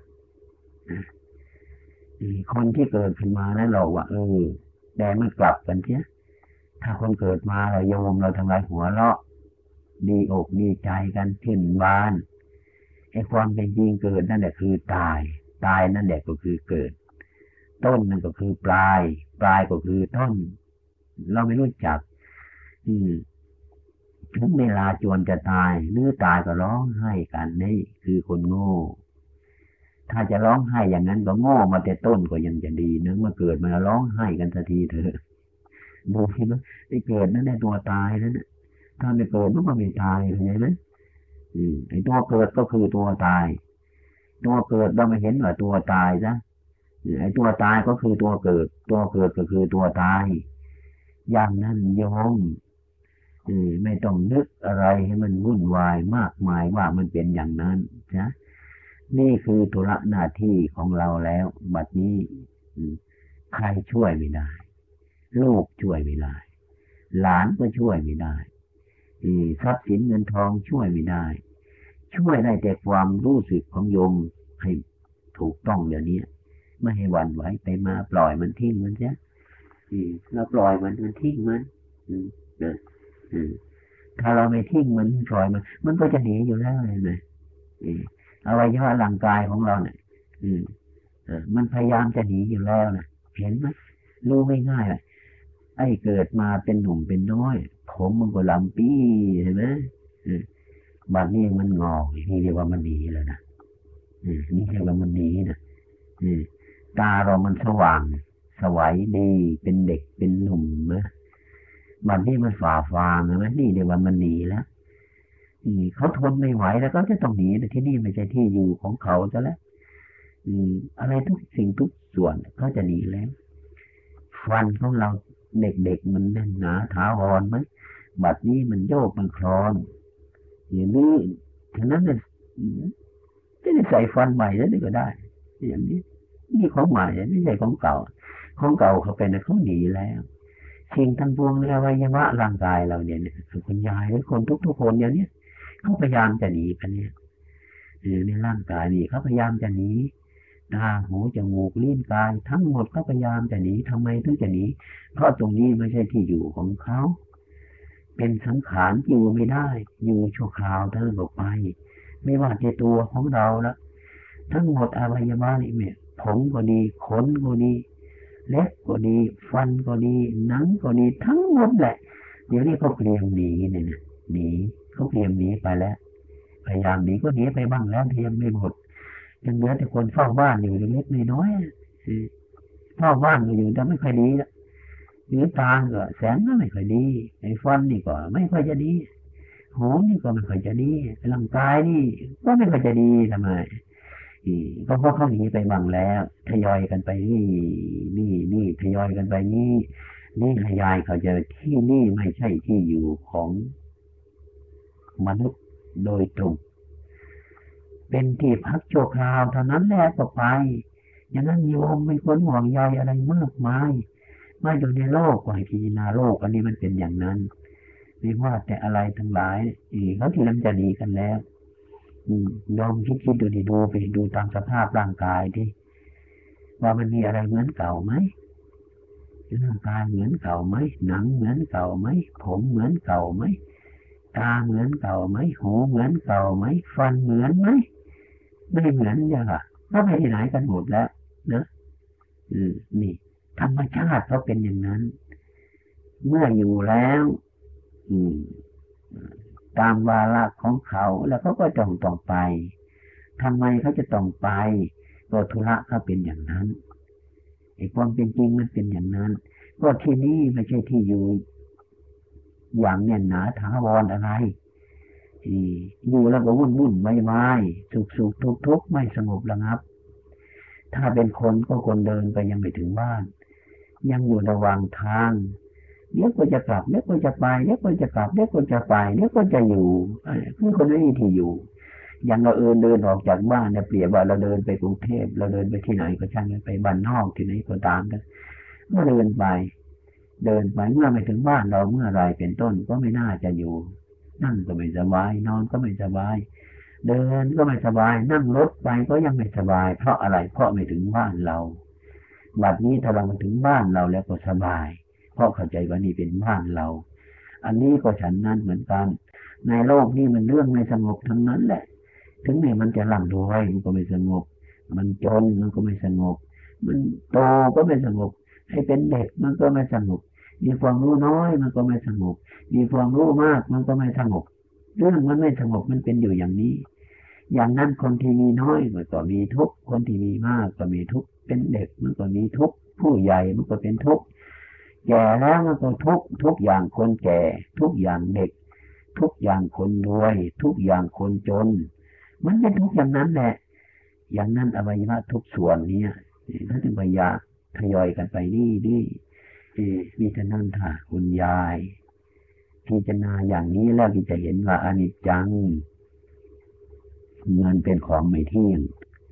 คนที่เกิดขึ้นมานะเราว่าเออแต่มันกลับกันเสียถ้าคนเกิดมาเราโยมเราทำลายหัวเราะดีอกดีใจกันขึ้นบานไอ้ความเป็นจริงเกิดนั่นแหละคือตายตายนั่นแหละก็คือเกิดต้นนั่นก็คือปลายปลายก็คือต้นเราไม่รู้จักอืมถึงเวลาจวนจะตายหรือตายก็ร้องไห้กันนี่คือคนโง่ถ้าจะร้องไห้อย่างนั้นก็โง่มาแต่ต้นก็ยังจะดีนะเมื่อเกิดมาร้องไห้กันสักทีเถอะดูสิมั้ยไอ้เกิดนั่นแหละตัวตายนั่นน่ะถ้าไม่เกิดมันก็ไม่ตายเข้าใจไหมอืมไอ้ตัวเกิดก็คือตัวตายตัวเกิดเราไม่เห็นว่าตัวตายซะไอ้ตัวตายก็คือตัวเกิดตัวเกิดก็คือตัวตายอย่างนั้นโยมไม่ต้องนึกอะไรให้มันวุ่นวายมากมายว่ามันเป็นอย่างนั้นนะนี่คือธุระหน้าที่ของเราแล้วบัดนี้ใครช่วยไม่ได้ลูกช่วยไม่ได้หลานก็ช่วยไม่ได้ทรัพย์สินเงินทองช่วยไม่ได้ช่วยได้แต่ความรู้สึกของโยมให้ถูกต้องเดี๋ยวนี้ไม่ให้หวั่นไหวไปมาปล่อยมันทิ้งมันเสียเราปล่อยมันมันทิ้งมันถ้าเราไม่ทิ้งมันปล่อยมันมันก็จะหนีอยู่แล้วเลยนะอวัยวะร่างกายของเราเนี่ยมันพยายามจะหนีอยู่แล้วนะเห็นไหมรู้ไม่ง่ายเลยไอ้เกิดมาเป็นหนุ่มเป็นน้อยผมมันก็ลำปี้เห็นไหมบัดนี้มันงอกนี่เรียกว่ามันหนีแล้วนะนี่เรียกว่ามันหนีนะตาเรามันสว่างสวัยดีเป็นเด็กเป็นหนุ่มนะบัดนี้มันฝ่าฟางใช่ไหมนี่เรียกว่ามันหนีแล้วเขาทนไม่ไหวแล้วก็จะต้องหนีแต่ที่นี่ไม่ใช่ที่อยู่ของเขาซะแล้วอะไรทุกสิ่งทุกส่วนเขาจะหนีแล้วฟันของเราเด็กๆมันแน่นหนาถาวรไหมบัดนี้มันโยกมันคลอนอย่างนี้ฉะนั้นเนี่ยจะได้ใส่ฟันใหม่แล้วก็ได้อย่างนี้นี่ของใหม่ไม่ใช่ของเก่าของเก่าเขาเป็นเขาหนีแล้วสิ่งทั้งปวงในอวัยวะร่างกายเราเนี่ยคุณยายหรือคนทุกๆคนอย่างนี้เขาพยายามจะหนีกันเนี่ยในร่างกายนี่เขาพยายามจะหนีตาหูจมูกลิ้นกายทั้งหมดเขาพยายามจะหนีทำไมถึงจะหนีเพราะตรงนี้ไม่ใช่ที่อยู่ของเขาเป็นสังขารอยู่ไม่ได้อยู่ชั่วคราวเท่านั้นไปไม่ว่าจะตัวของเราละทั้งหมดอวัยวะนี่เนี่ยผมก็ดีขนก็ดีเล็บก็ดีฟันก็ดีหนังก็ดีทั้งหมดแหละเดี๋ยวนี้เขาเตรียมหนีเนี่ยนะหนีเขาเตรียมหนีไปแล้วพยายามหนีก็หนีไปบ้างแล้วเตรียมไม่หมดยังเหลือแต่คนเฝ้าบ้านอยู่เล็กๆน้อยๆเฝ้าบ้านอยู่แต่ไม่ค่อยดีละหรือตาก็แสงก็ไม่ค่อยดีไอ้ฟันนี่ก็ไม่ค่อยจะดีหูนี่ก็ไม่ค่อยจะดีร่างกายนี่ก็ไม่ค่อยจะดีทำไมก็เพราะเขาหนีไปบ้างแล้วทยอยกันไปนี่นี่นี่ทยอยกันไปนี่นี่ทยอยเขาจะที่นี่ไม่ใช่ที่อยู่ของมนุษย์โดยตรงเป็นที่พักชั่วคราวเท่านั้นแหละก็ไปอย่างนั้นโยมไม่ควรห่วงใยอะไรมากมายไม่อยู่ในโลกก็ให้พิจารณาโลกอันนี้มันเป็นอย่างนั้นไม่ว่าแต่อะไรทั้งหลายอีกเขาที่มันจะดีกันแล้วยอมคิดคิดดูดิดูไปดูตามสภาพร่างกายที่ว่ามันมีอะไรเหมือนเก่าไหมร่างกายเหมือนเก่าไหมหนังเหมือนเก่าไหมผมเหมือนเก่าไหมตาเหมือนเก่าไหมหูเหมือนเก่าไหมฟันเหมือนไหมไม่เหมือนอย่างอ่ะก็ไปที่ไหนกันหมดแล้วนะอืมนี่ธรรมชาติเขาเป็นอย่างนั้นเมื่ออยู่แล้วอืมตามวาระของเขาแล้วเขาก็ต้องต้องไปทำไมเขาจะต้องไปก็ธุระเขาเป็นอย่างนั้นไอ้ความเป็นจริงมันเป็นอย่างนั้นก็ที่นี่ไม่ใช่ที่อยู่อย่างแน่นหนาถาวรอะไรอยู่แล้วก็วุ่นวุ่นวายวายสุขสุขทุกทุกไม่สงบระงับถ้าเป็นคนก็คนเดินไปยังไม่ถึงบ้านยังอยู่ระหว่างทางเดี๋ยวก็จะกลับเดี๋ยวก็จะไปเดี๋ยวก็จะกลับเดี๋ยวก็จะไปเดี๋ยวก็จะอยู่คือคนไม่มีที่อยู่อย่างเราเอินเดินออกจากบ้านเนี่ยเปรียบว่าเราเดินไปกรุงเทพเราเดินไปที่ไหนก็ช่างไปบ้านนอกที่ไหนก็ตามนะก็เดินไปเดินไปเมื่อไม่ถึงบ้านเราเมื่อไรเป็นต้นก็ไม่น่าจะอยู่นั่งก็ไม่สบายนอนก็ไม่สบายเดินก็ไม่สบายนั่งรถไปก็ยังไม่สบายเพราะอะไรเพราะไม่ถึงบ้านเราบัดนี้ถ้าเรามาถึงบ้านเราแล้วก็สบายเพราะเข้าใจว่านี่เป็นบ้านเราอันนี้ก็ฉันนั้นเหมือนกันในโลกนี้มันเรื่องไม่สงบทั้งนั้นแหละถึงแม้มันจะร่ำรวยมันก็ไม่สงบมันจนมันก็ไม่สงบมันโตก็ไม่สงบให้เป็นเด็กมันก็ไม่สงบมีความรู้น้อยมันก็ไม่สงบมีความรู้มากมันก็ไม่สงบเรื่องมันไม่สงบมันเป็นอยู่อย่างนี้อย่างนั้นคนที่มีน้อยมันก็มีทุกข์คนที่มีมากก็มีทุกข์เป็นเด็กมันก็มีทุกข์ผู้ใหญ่มันก็เป็นทุกข์แก่แล้วมันก็ทุกข์ทุกอย่างคนแก่ทุกอย่างเด็กทุกอย่างคนรวยทุกอย่างคนจนมันเป็นทุกอย่างนั้นแหละอย่างนั้นอวัยวะทุกส่วนนี้ถ้าถึงพยาทยอยกันไปนี่นี่มีแต่นั่นค่ะคุณยายพิจารณาอย่างนี้แล้วที่จะเห็นว่าอนิจจังเงินเป็นของไม่เที่ยง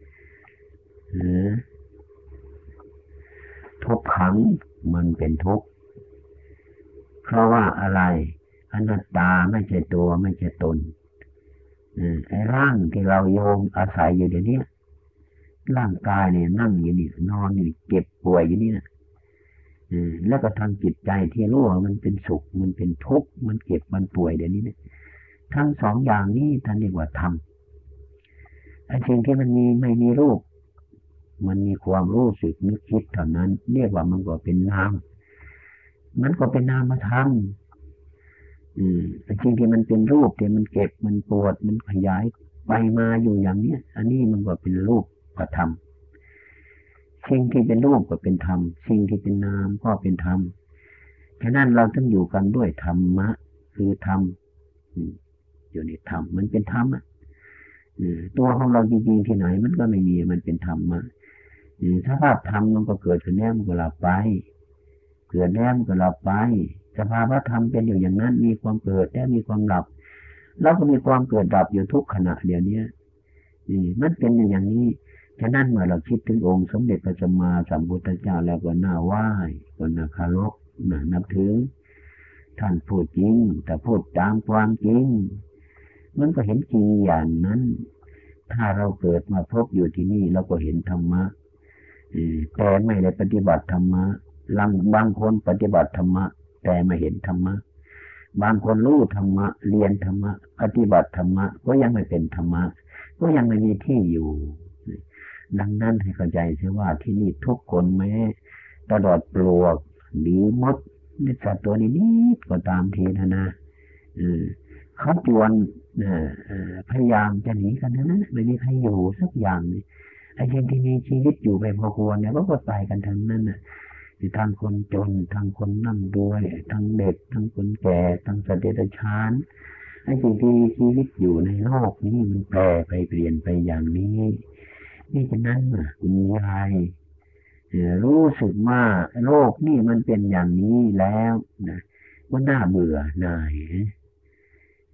ทุกขังมันเป็นทุกข์เพราะว่าอะไรอนัตตาไม่ใช่ตัวไม่ใช่ตนไอ้ร่างที่เราโยมอาศัยอยู่เดี๋ยวนี้ร่างกายเนี่ยนั่งอยู่นี่นอนอยู่เจ็บป่วยอยู่นี่นะแล้วก็ทางจิตใจที่รู้ว่ามันเป็นสุขมันเป็นทุกข์มันเจ็บมันป่วยเดี๋ยวนี้เนี่ยทั้งสองอย่างนี้ท่านเรียกว่าธรรมไอ้สิ่งที่มันมีไม่มีรูปมันมีความรู้สึกนึกคิดเท่านั้นเรียกว่ามันก็เป็นนามมันก็เป็นนามธรรมอืมไอ้สิ่งที่มันเป็นรูปที่มันเก็บมันปวดมันขยายไปมาอยู่อย่างเนี้ยอันนี้มันก็เป็นรูปกับธรรมสิ่งที่เป็นรูปก็เป็นธรรมสิ่งที่เป็นนามก็เป็นธรรมฉะนั้นเราต้องอยู่กันด้วยธรรมะคือธรรมอยู่ในธรรมมันเป็นธรรมอ่ะตัวของเราจริงๆที่ไหนมันก็ไม่มีมันเป็นธรรมะถ้าภาพธรรมมันก็เกิดขึ้นแล้วมันก็หลับไปเกิดแล้วมันก็หลับไปสภาวะธรรมเป็นอยู่อย่างนั้นมีความเกิดและมีความหลับแล้วก็มีความเกิดดับอยู่ทุกขณะเดี๋ยวนี้มันเป็นอย่างนี้ฉะนั้นเมื่อเราคิดถึงองค์สมเด็จพระสัมมาสัมพุทธเจ้าแล้วก็น่าไหว้ก็น่าเคารพน่านับถือท่านพูดจริงแต่พูดตามความจริงมันก็เห็นจริงอย่างนั้นถ้าเราเกิดมาพบอยู่ที่นี่เราก็เห็นธรรมะแต่ไม่ได้ปฏิบัติธรรมะบางบางคนปฏิบัติธรรมะแต่ไม่เห็นธรรมะบางคนรู้ธรรมะเรียนธรรมะปฏิบัติธรรมะก็ยังไม่เป็นธรรมะก็ยังไม่มีที่อยู่ดังนั้นให้เข้าใจเสียว่าที่นี่ทุกคนแม้ตลอดปลวกหรือมดนิสัตว์ตัวนี้นิดก็ตามทีนะนะเขาจวนพยายามจะหนีกันนะไม่มีใครอยู่สักอย่างเลยไอ้คนที่มีชีวิตอยู่ไปพอควรเนี่ยก็ตายกันทั้งนั้นน่ะทั้งคนจนทั้งคนนั่งด้วยทั้งเด็กทั้งคนแก่ทั้งสัตว์เดรัจฉานไอ้สิ่งที่มีชีวิตอยู่ในโลกนี้มันแปรไปเปลี่ยนไปอย่างนี้นี่ฉะนั้นคุณยายรู้สึกว่าโลกนี่มันเป็นอย่างนี้แล้วนะว่าน่าเบื่อหน่าย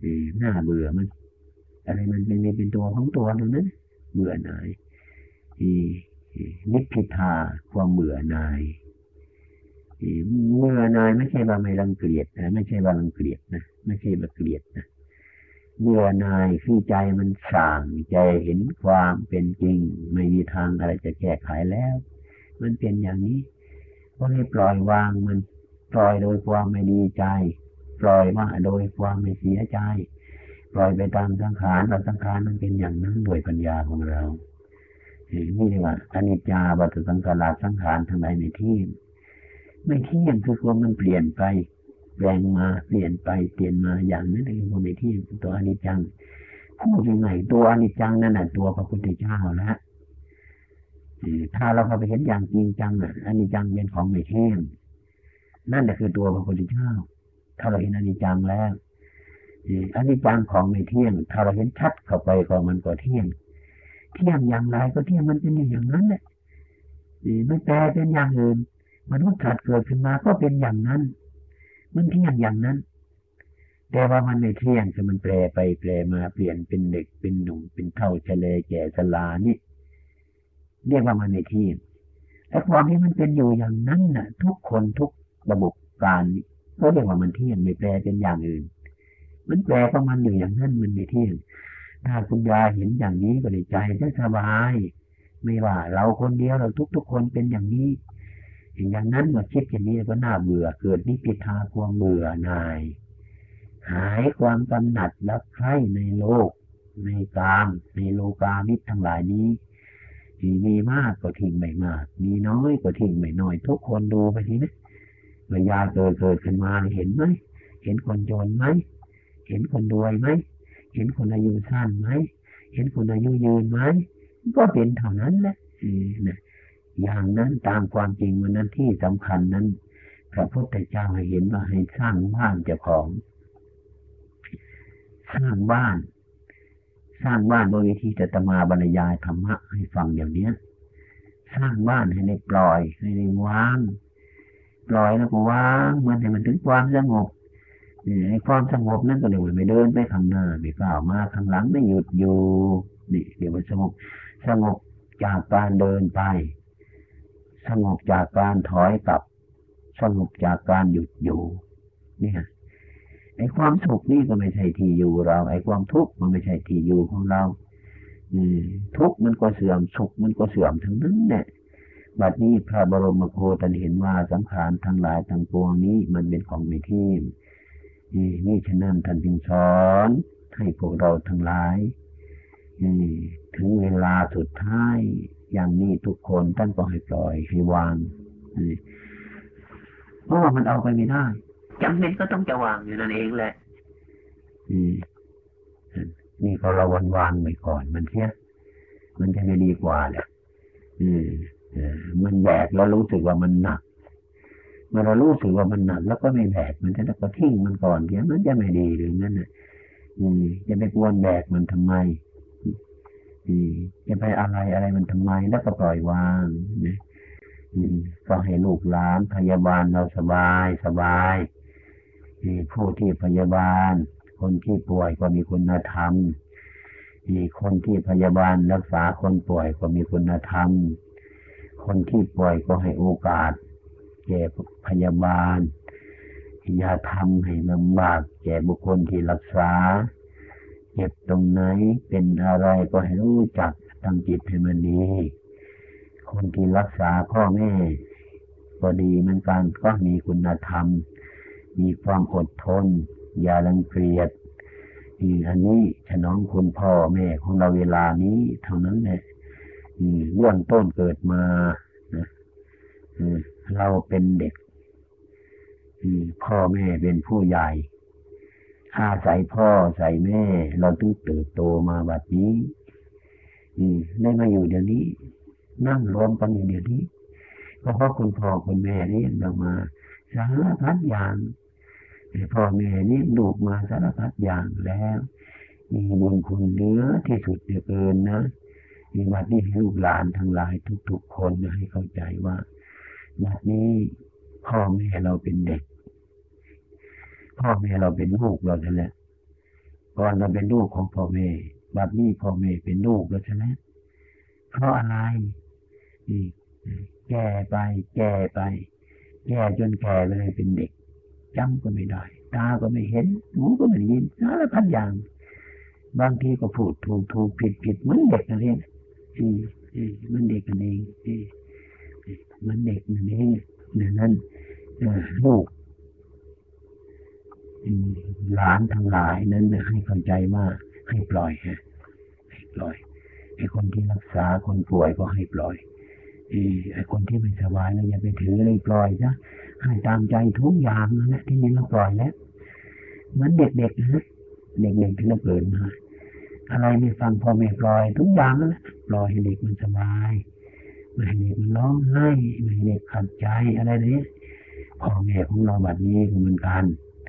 น่าเบื่อมันอะไรมันเป็นเป็นตัวของตัวตรงนั้นเบื่อหน่ายนิพพิทาความเบื่อหน่ายเบื่อหน่ายไม่ใช่ว่าไม่รังเกียจนะไม่ใช่ว่ารังเกียจนะไม่ใช่ว่าเกลียดนะเบื่อหน่ายคือใจมันสั่งใจเห็นความเป็นจริงไม่มีทางอะไรจะแก้ไขแล้วมันเป็นอย่างนี้ก็ให้ปล่อยวางมันปล่อยโดยความไม่ดีใจปล่อยว่าโดยความไม่เสียใจปล่อยไปตามสังขารเราสังขารมันเป็นอย่างนั้นโดยปัญญาของเรานี่เรียกว่าอนิจจาวัฏสังขารสังขารทั้งหลายไม่เที่ยงไม่เที่ยงคือความมันเปลี่ยนไปแปลงมาเปลี่ยนไปเปลี่ยนมาอย่างนั้นเองความไม่เที่ยงตัวอนิจจังพูดยังไงตัวอนิจจังนั่นแหละตัวพระพุทธเจ้าแล้วถ้าเราเข้าไปเห็นอย่างจริงจังอ่ะอนิจจังเป็นของไม่เที่ยงนั่นแหละคือตัวพระพุทธเจ้าถ้าเราเห็นอนิจจังแล้วอนิจจังของไม่เที่ยงถ้าเราเห็นชัดเข้าไปก็มันก็เที่ยงเที่ยงอย่างไรก็เที่ยงมันเป็นอย่างนั้นแหละไม่แปลเป็นอย่างอื่นมนุษย์เกิดขึ้นมาก็เป็นอย่างนั้นมันเที่ยงอย่างนั้นแต่ว่ามันไม่เที่ยงคือมันแปรไปแปรมาเปลี่ยนเป็นเด็กเป็นหนุ่มเป็นเฒ่าชราแก่ชรานี่เรียกว่ามันไม่เที่ยงไอ้ความที่มันเป็นอยู่อย่างนั้นน่ะทุกคนทุกระบบการก็เรียกว่ามันเที่ยงไม่แปรเป็นอย่างอื่นมันแปลของมันอยู่อย่างนั้นมันไม่เที่ยงถ้าคุณยายเห็นอย่างนี้ก็ใจจะสบายไม่ว่าเราคนเดียวเราทุกๆคนเป็นอย่างนี้อย่างนั้นเมื่อคิดอย่างนี้ก็น่าเบื่อเกิดนิพพิทาความเบื่อหน่ายหายความกำหนัดรักใคร่ในโลกในกามในโลกามิตรทั้งหลายนี้มีมากก็ทิ้งไม่มากมีน้อยก็ทิ้งไม่น้อยทุกคนดูไปทีนะเมื่อยาเกิดเกิดขึ้นมาเห็นไหมเห็นคนจนไหมเห็นคนรวยไหมเห็นคนอายุสั้นไหมเห็นคนอายุยืนไหมก็เป็นเท่านั้นแหละนะอย่างนั้นตามความจริงวันนั้นที่สำคัญนั้นพระพุทธเจ้าให้เห็นว่าให้สร้างบ้านเจ้าของสร้างบ้านสร้างบ้านโดยวิธีจะตมาบรรยายธรรมะให้ฟังอย่างนี้สร้างบ้านให้ได้ปล่อยให้ได้วางปล่อยแล้วก็วางมันให้มันถึงความสงบไอ้ความสงบนั่นก็เรียกว่าไม่เดินไปข้างหน้าไม่ก้าวมาข้างหลังไม่หยุดอยู่นี่เดี๋ยวมันสงบสงบจากการเดินไปสงบจากการถอยกลับสงบจากการหยุดอยู่เนี่ยไอ้ความสุขนี่ก็ไม่ใช่ที่อยู่เราไอ้ความทุกข์มันไม่ใช่ที่อยู่ของเราทุกข์มันก็เสื่อมสุขมันก็เสื่อมทั้งนั้นเนี่ยบัดนี้พระบรมโคตรเห็นว่าสังขารทั้งหลายทั้งปวงนี้มันเป็นของไม่เที่ยงนี่ฉะนั้นท่านจึงสอนให้พวกเราทั้งหลายถึงเวลาสุดท้ายอย่างนี้ทุกคนท่านก็ให้ปล่อยให้วางเพราะว่ามันเอาไปไม่ได้จำเป็นก็ต้องจะวางอยู่นั่นเองแหละนี่พอเราวันวางไปก่อนมันเสียมันจะไม่ดีกว่าแหละมันแบกแล้วรู้สึกว่ามันหนักเมื่อเรารู้สึกว่ามันหนักแล้วก็ไม่แบกมันจะแล้วก็ทิ้งมันก่อนเดี๋ยวมันจะไม่ดีหรืองั้นน่ะจะไปกวนแบกมันทำไมจะไปอะไรอะไรมันทำไมแล้วก็ปล่อยวางนะก็ให้ลูกหลานพยาบาลเราสบายสบายผู้ที่พยาบาลคนที่ป่วยก็มีคุณธรรมคนที่พยาบาลรักษาคนป่วยก็มีคุณธรรมคนที่ป่วยก็ให้โอกาสแก่พยาบาลอย่าทำให้ลำบากแก่บุคคลที่รักษาเจ็บตรงไหนเป็นอะไรก็ให้รู้จักตั้งจิตให้มันดีคนที่รักษาพ่อแม่ก็ดีเหมือนกันก็มีคุณธรรมมีความอดทนอย่ารังเกียจอันนี้ฉนองคุณพ่อแม่ของเราเวลานี้เท่านั้นแหละเบื้องต้นเกิดมาเราเป็นเด็กพ่อแม่เป็นผู้ใหญ่อาศัยพ่อใส่แม่เราต้องเติบโตมาแบบนี้ได้มาอยู่เดี๋ยวนี้นั่งรวมกันอยู่เดี๋ยวนี้ก็เพราะคุณพ่อคุณแม่เลี้ยงเรามาสารพัดอย่างพ่อแม่เลี้ยงลูกมาสารพัดอย่างแล้วมีบุญคุณเหลือที่สุดเหลือเกินนะมีบัดนี้ให้ลูกหลานทั้งหลายทุกๆคนให้เข้าใจว่าบัดนี้พ่อแม่เราเป็นเด็กพ่อแม่เราเป็นลูกเราแล้วแหละก่อนเราเป็นลูกของพ่อแม่บัดนี้พ่อแม่เป็นลูกแล้วใช่ไหมเพราะอะไรนี่แก่ไปแก่ไปแก่จนแก่ไปเลยเป็นเด็กจำก็ไม่ได้ตาก็ไม่เห็นหูก็ไม่ได้ยินสารพัดอย่างบางทีก็พูดถูกถูกผิดผิดเหมือนเด็กนั่นเองอืมอืมมันเด็กนั่นเองอืมมันเด็กนั่นเองดังนั้นลูกหลานทั้งหลายนั้นให้เข้าใจว่าให้ปล่อยฮะให้ปล่อยไอ้คนที่รักษาคนป่วยก็ให้ปล่อยไอ้คนที่ไม่สบายแล้วอย่าไปถือเลยปล่อยซะให้ตามใจทุกอย่างนั่นแหละที่นี่เราปล่อยแล้วเหมือนเด็กๆนะเด็กๆที่เราเกิดมาอะไรไม่ฟังพ่อแม่ปล่อยทุกอย่างนั่นแหละปล่อยให้เด็กมันสบายไม่ให้เด็กมันร้องไห้ไม่ให้เด็กขัดใจอะไรนี้พ่อแม่ของเราแบบนี้เหมือนกัน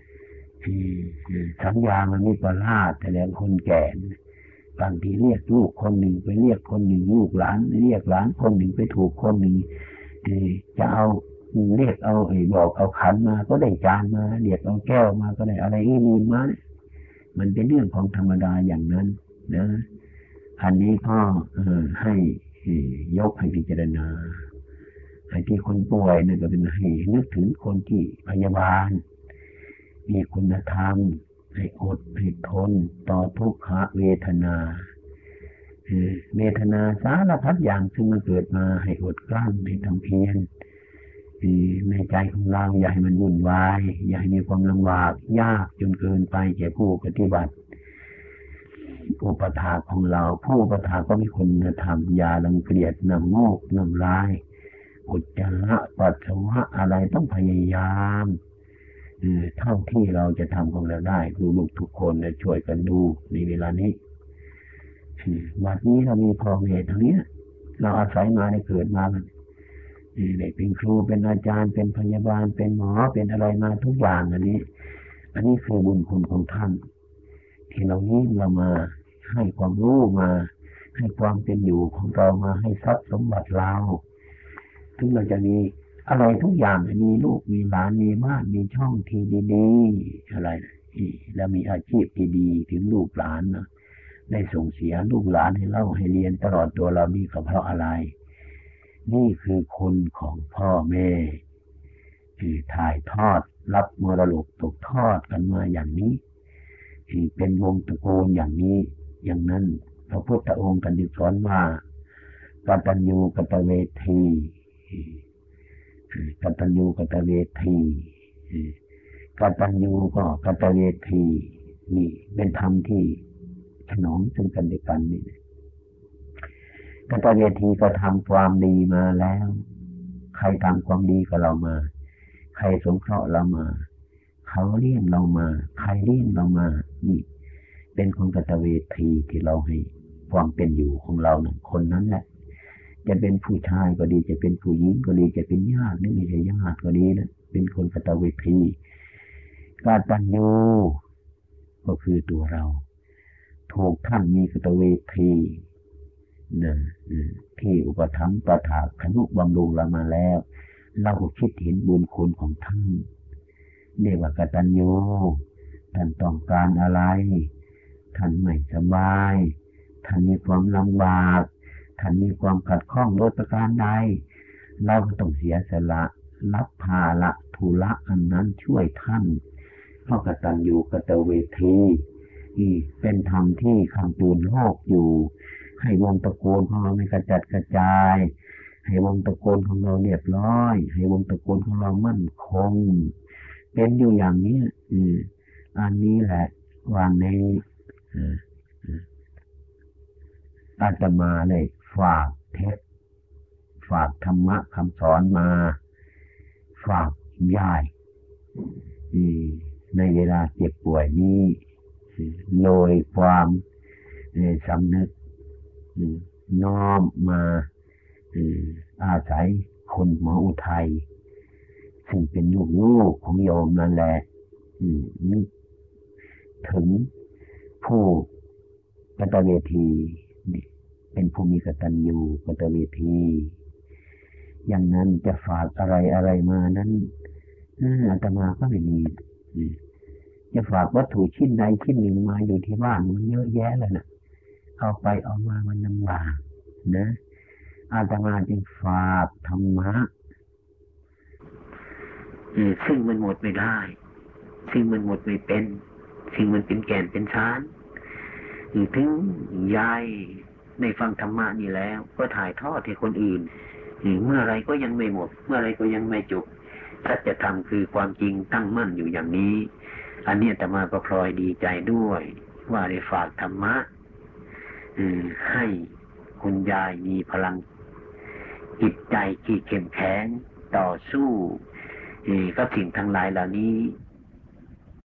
สัญญามันไม่ประหลาดแต่แล้วคนแก่บางทีเรียกลูกคนหนึ่งไปเรียกคนหนึ่งลูกหลานเรียกหลานคนหนึ่งไปถูกคนหนึ่งจะเอาเรียกเอาไอ้บอกเอาขันมาก็ได้จานมาเรียกเอาแก้วมาก็ได้อะไรอื่นมาเนี่ยมันเป็นเรื่องของธรรมดาอย่างนั้นนะอันนี้พ่อเออให้ยกให้พิจารณาให้ที่คนป่วยเนี่ยก็เป็นให้นึกถึงคนที่พยาบาลมีคุณธรรมให้อดให้ทนต่อทุกขเวทนาเวทนาสารพัดอย่างซึ่งมันเกิดมาให้อดกลั้นให้ทำเพียรในใจของเราอย่าให้มันวุ่นวายอย่าให้มีความลำบากยากจนเกินไปแก่ผู้ปฏิบัติอุปถากของเราผู้อุปถากก็มีคุณธรรมอย่ารังเกียจนำโมกนำร้ายอุจจาระปัสสาวะอะไรต้องพยายามเท่าที่เราจะทำของเราได้ลูกๆทุกคนช่วยกันดูในเวลานี้วันนี้เรามีพ่อแม่ทั้งนี้เราอาศัยมาได้เกิดมาได้เป็นครูเป็นอาจารย์เป็นพยาบาลเป็นหมอเป็นอะไรมาทุกอย่างอันนี้อันนี้คือบุญคุณของท่านที่เรานี้เรามาให้ความรู้มาให้ความเป็นอยู่ของเรามาให้ทรัพย์สมบัติเราถึงเราจะมีอะไรทุกอย่างมีลูกมีหลานมีบ้านมีช่องที่ดีๆอะไรแล้วมีอาชีพที่ดีถึงลูกหลานนะได้ส่งเสียลูกหลานให้เล่าให้เรียนตลอดตัวเรามีก็เพราะอะไรนี่คือคนของพ่อแม่ที่ถ่ายทอดรับมรดกตกทอดกันมาอย่างนี้ที่เป็นวงตระกูลอย่างนี้อย่างนั้นพระพุทธองค์กันดิสอนว่ากตัญญูกตเวทีกตัญญูกตเวทีกตัญญูก็กตเวทีนี่เป็นธรรมที่ถนอมซึ่งกันและกันนี่กตเวทีก็ทำความดีมาแล้วใครทำความดีกับเรามาใครสงเคราะห์เรามาเขาเลี้ยงเรามาใครเลี้ยงเรามานี่เป็นคนกตเวทีที่เราให้ความเป็นอยู่ของเราเนี่ยคนนั้นแหละจะเป็นผู้ชายก็ดีจะเป็นผู้หญิงก็ดีจะเป็นญาติหรือไม่ใช่ญาติก็ดีนะเป็นคนกตเวทีกตัญญูก็คือตัวเราถูกท่านมีกตเวทีนะที่อุปถัมภ์ประทานขนุบำรุงเรามาแล้วเราก็คิดเห็นบุญคุณของท่านเรียกว่ากตัญญูท่านต้องการอะไรท่านไม่สบายท่านมีความลำบากท่านมีความขัดข้องโดยประการใดเราก็ต้องเสียสละรับภาระธุระอันนั้นช่วยท่านเพราะกตัญญูกตเวทีนี่เป็นธรรมที่คำตูนโลกอยู่ให้วงตระกูลของเราไม่กระจัดกระจายให้วงตระกูลของเราเรียบร้อยให้วงตระกูลของเรามั่นคงเป็นอยู่อย่างนี้อืมอันนี้แหละวันนี้อาตมาเลยฝากเทศฝากธรรมะคำสอนมาฝากยายในเวลาเจ็บป่วยนี้โดยความสำนึกน้อมมาอาศัยคุณหมออุทัยซึ่งเป็นลูกๆของโยมนั่นแหละนึกถึงผู้กตเวทีเป็นผู้มีกตัญญูกตเวทีอย่างนั้นจะฝากอะไรอะไรมานั้นอาตมาก็ไม่มีจจะฝากวัตถุชิ้นใดชิ้นหนึ่งมาอยู่ที่บ้านมันเยอะแยะเลยนะเอาไปเอามามันลำบากนะอาตมาจึงฝากธรรมะซึ่งมันหมดไม่ได้ซึ่งมันหมดไม่เป็นซึ่งมันเป็นแก่นเป็นชานถึงยายในฟังธรรมะนี่แล้วก็ถ่ายทอดให้คนอื่นเมื่อไรก็ยังไม่หมดเมื่อไรก็ยังไม่จบสัจธรรมคือความจริงตั้งมั่นอยู่อย่างนี้อันนี้อาตมาก็พลอยดีใจด้วยว่าได้ฝากธรรมะให้คุณยายมีพลังจิตใจที่เข้มแข็งต่อสู้กับสิ่งทั้งหลายเหล่านี้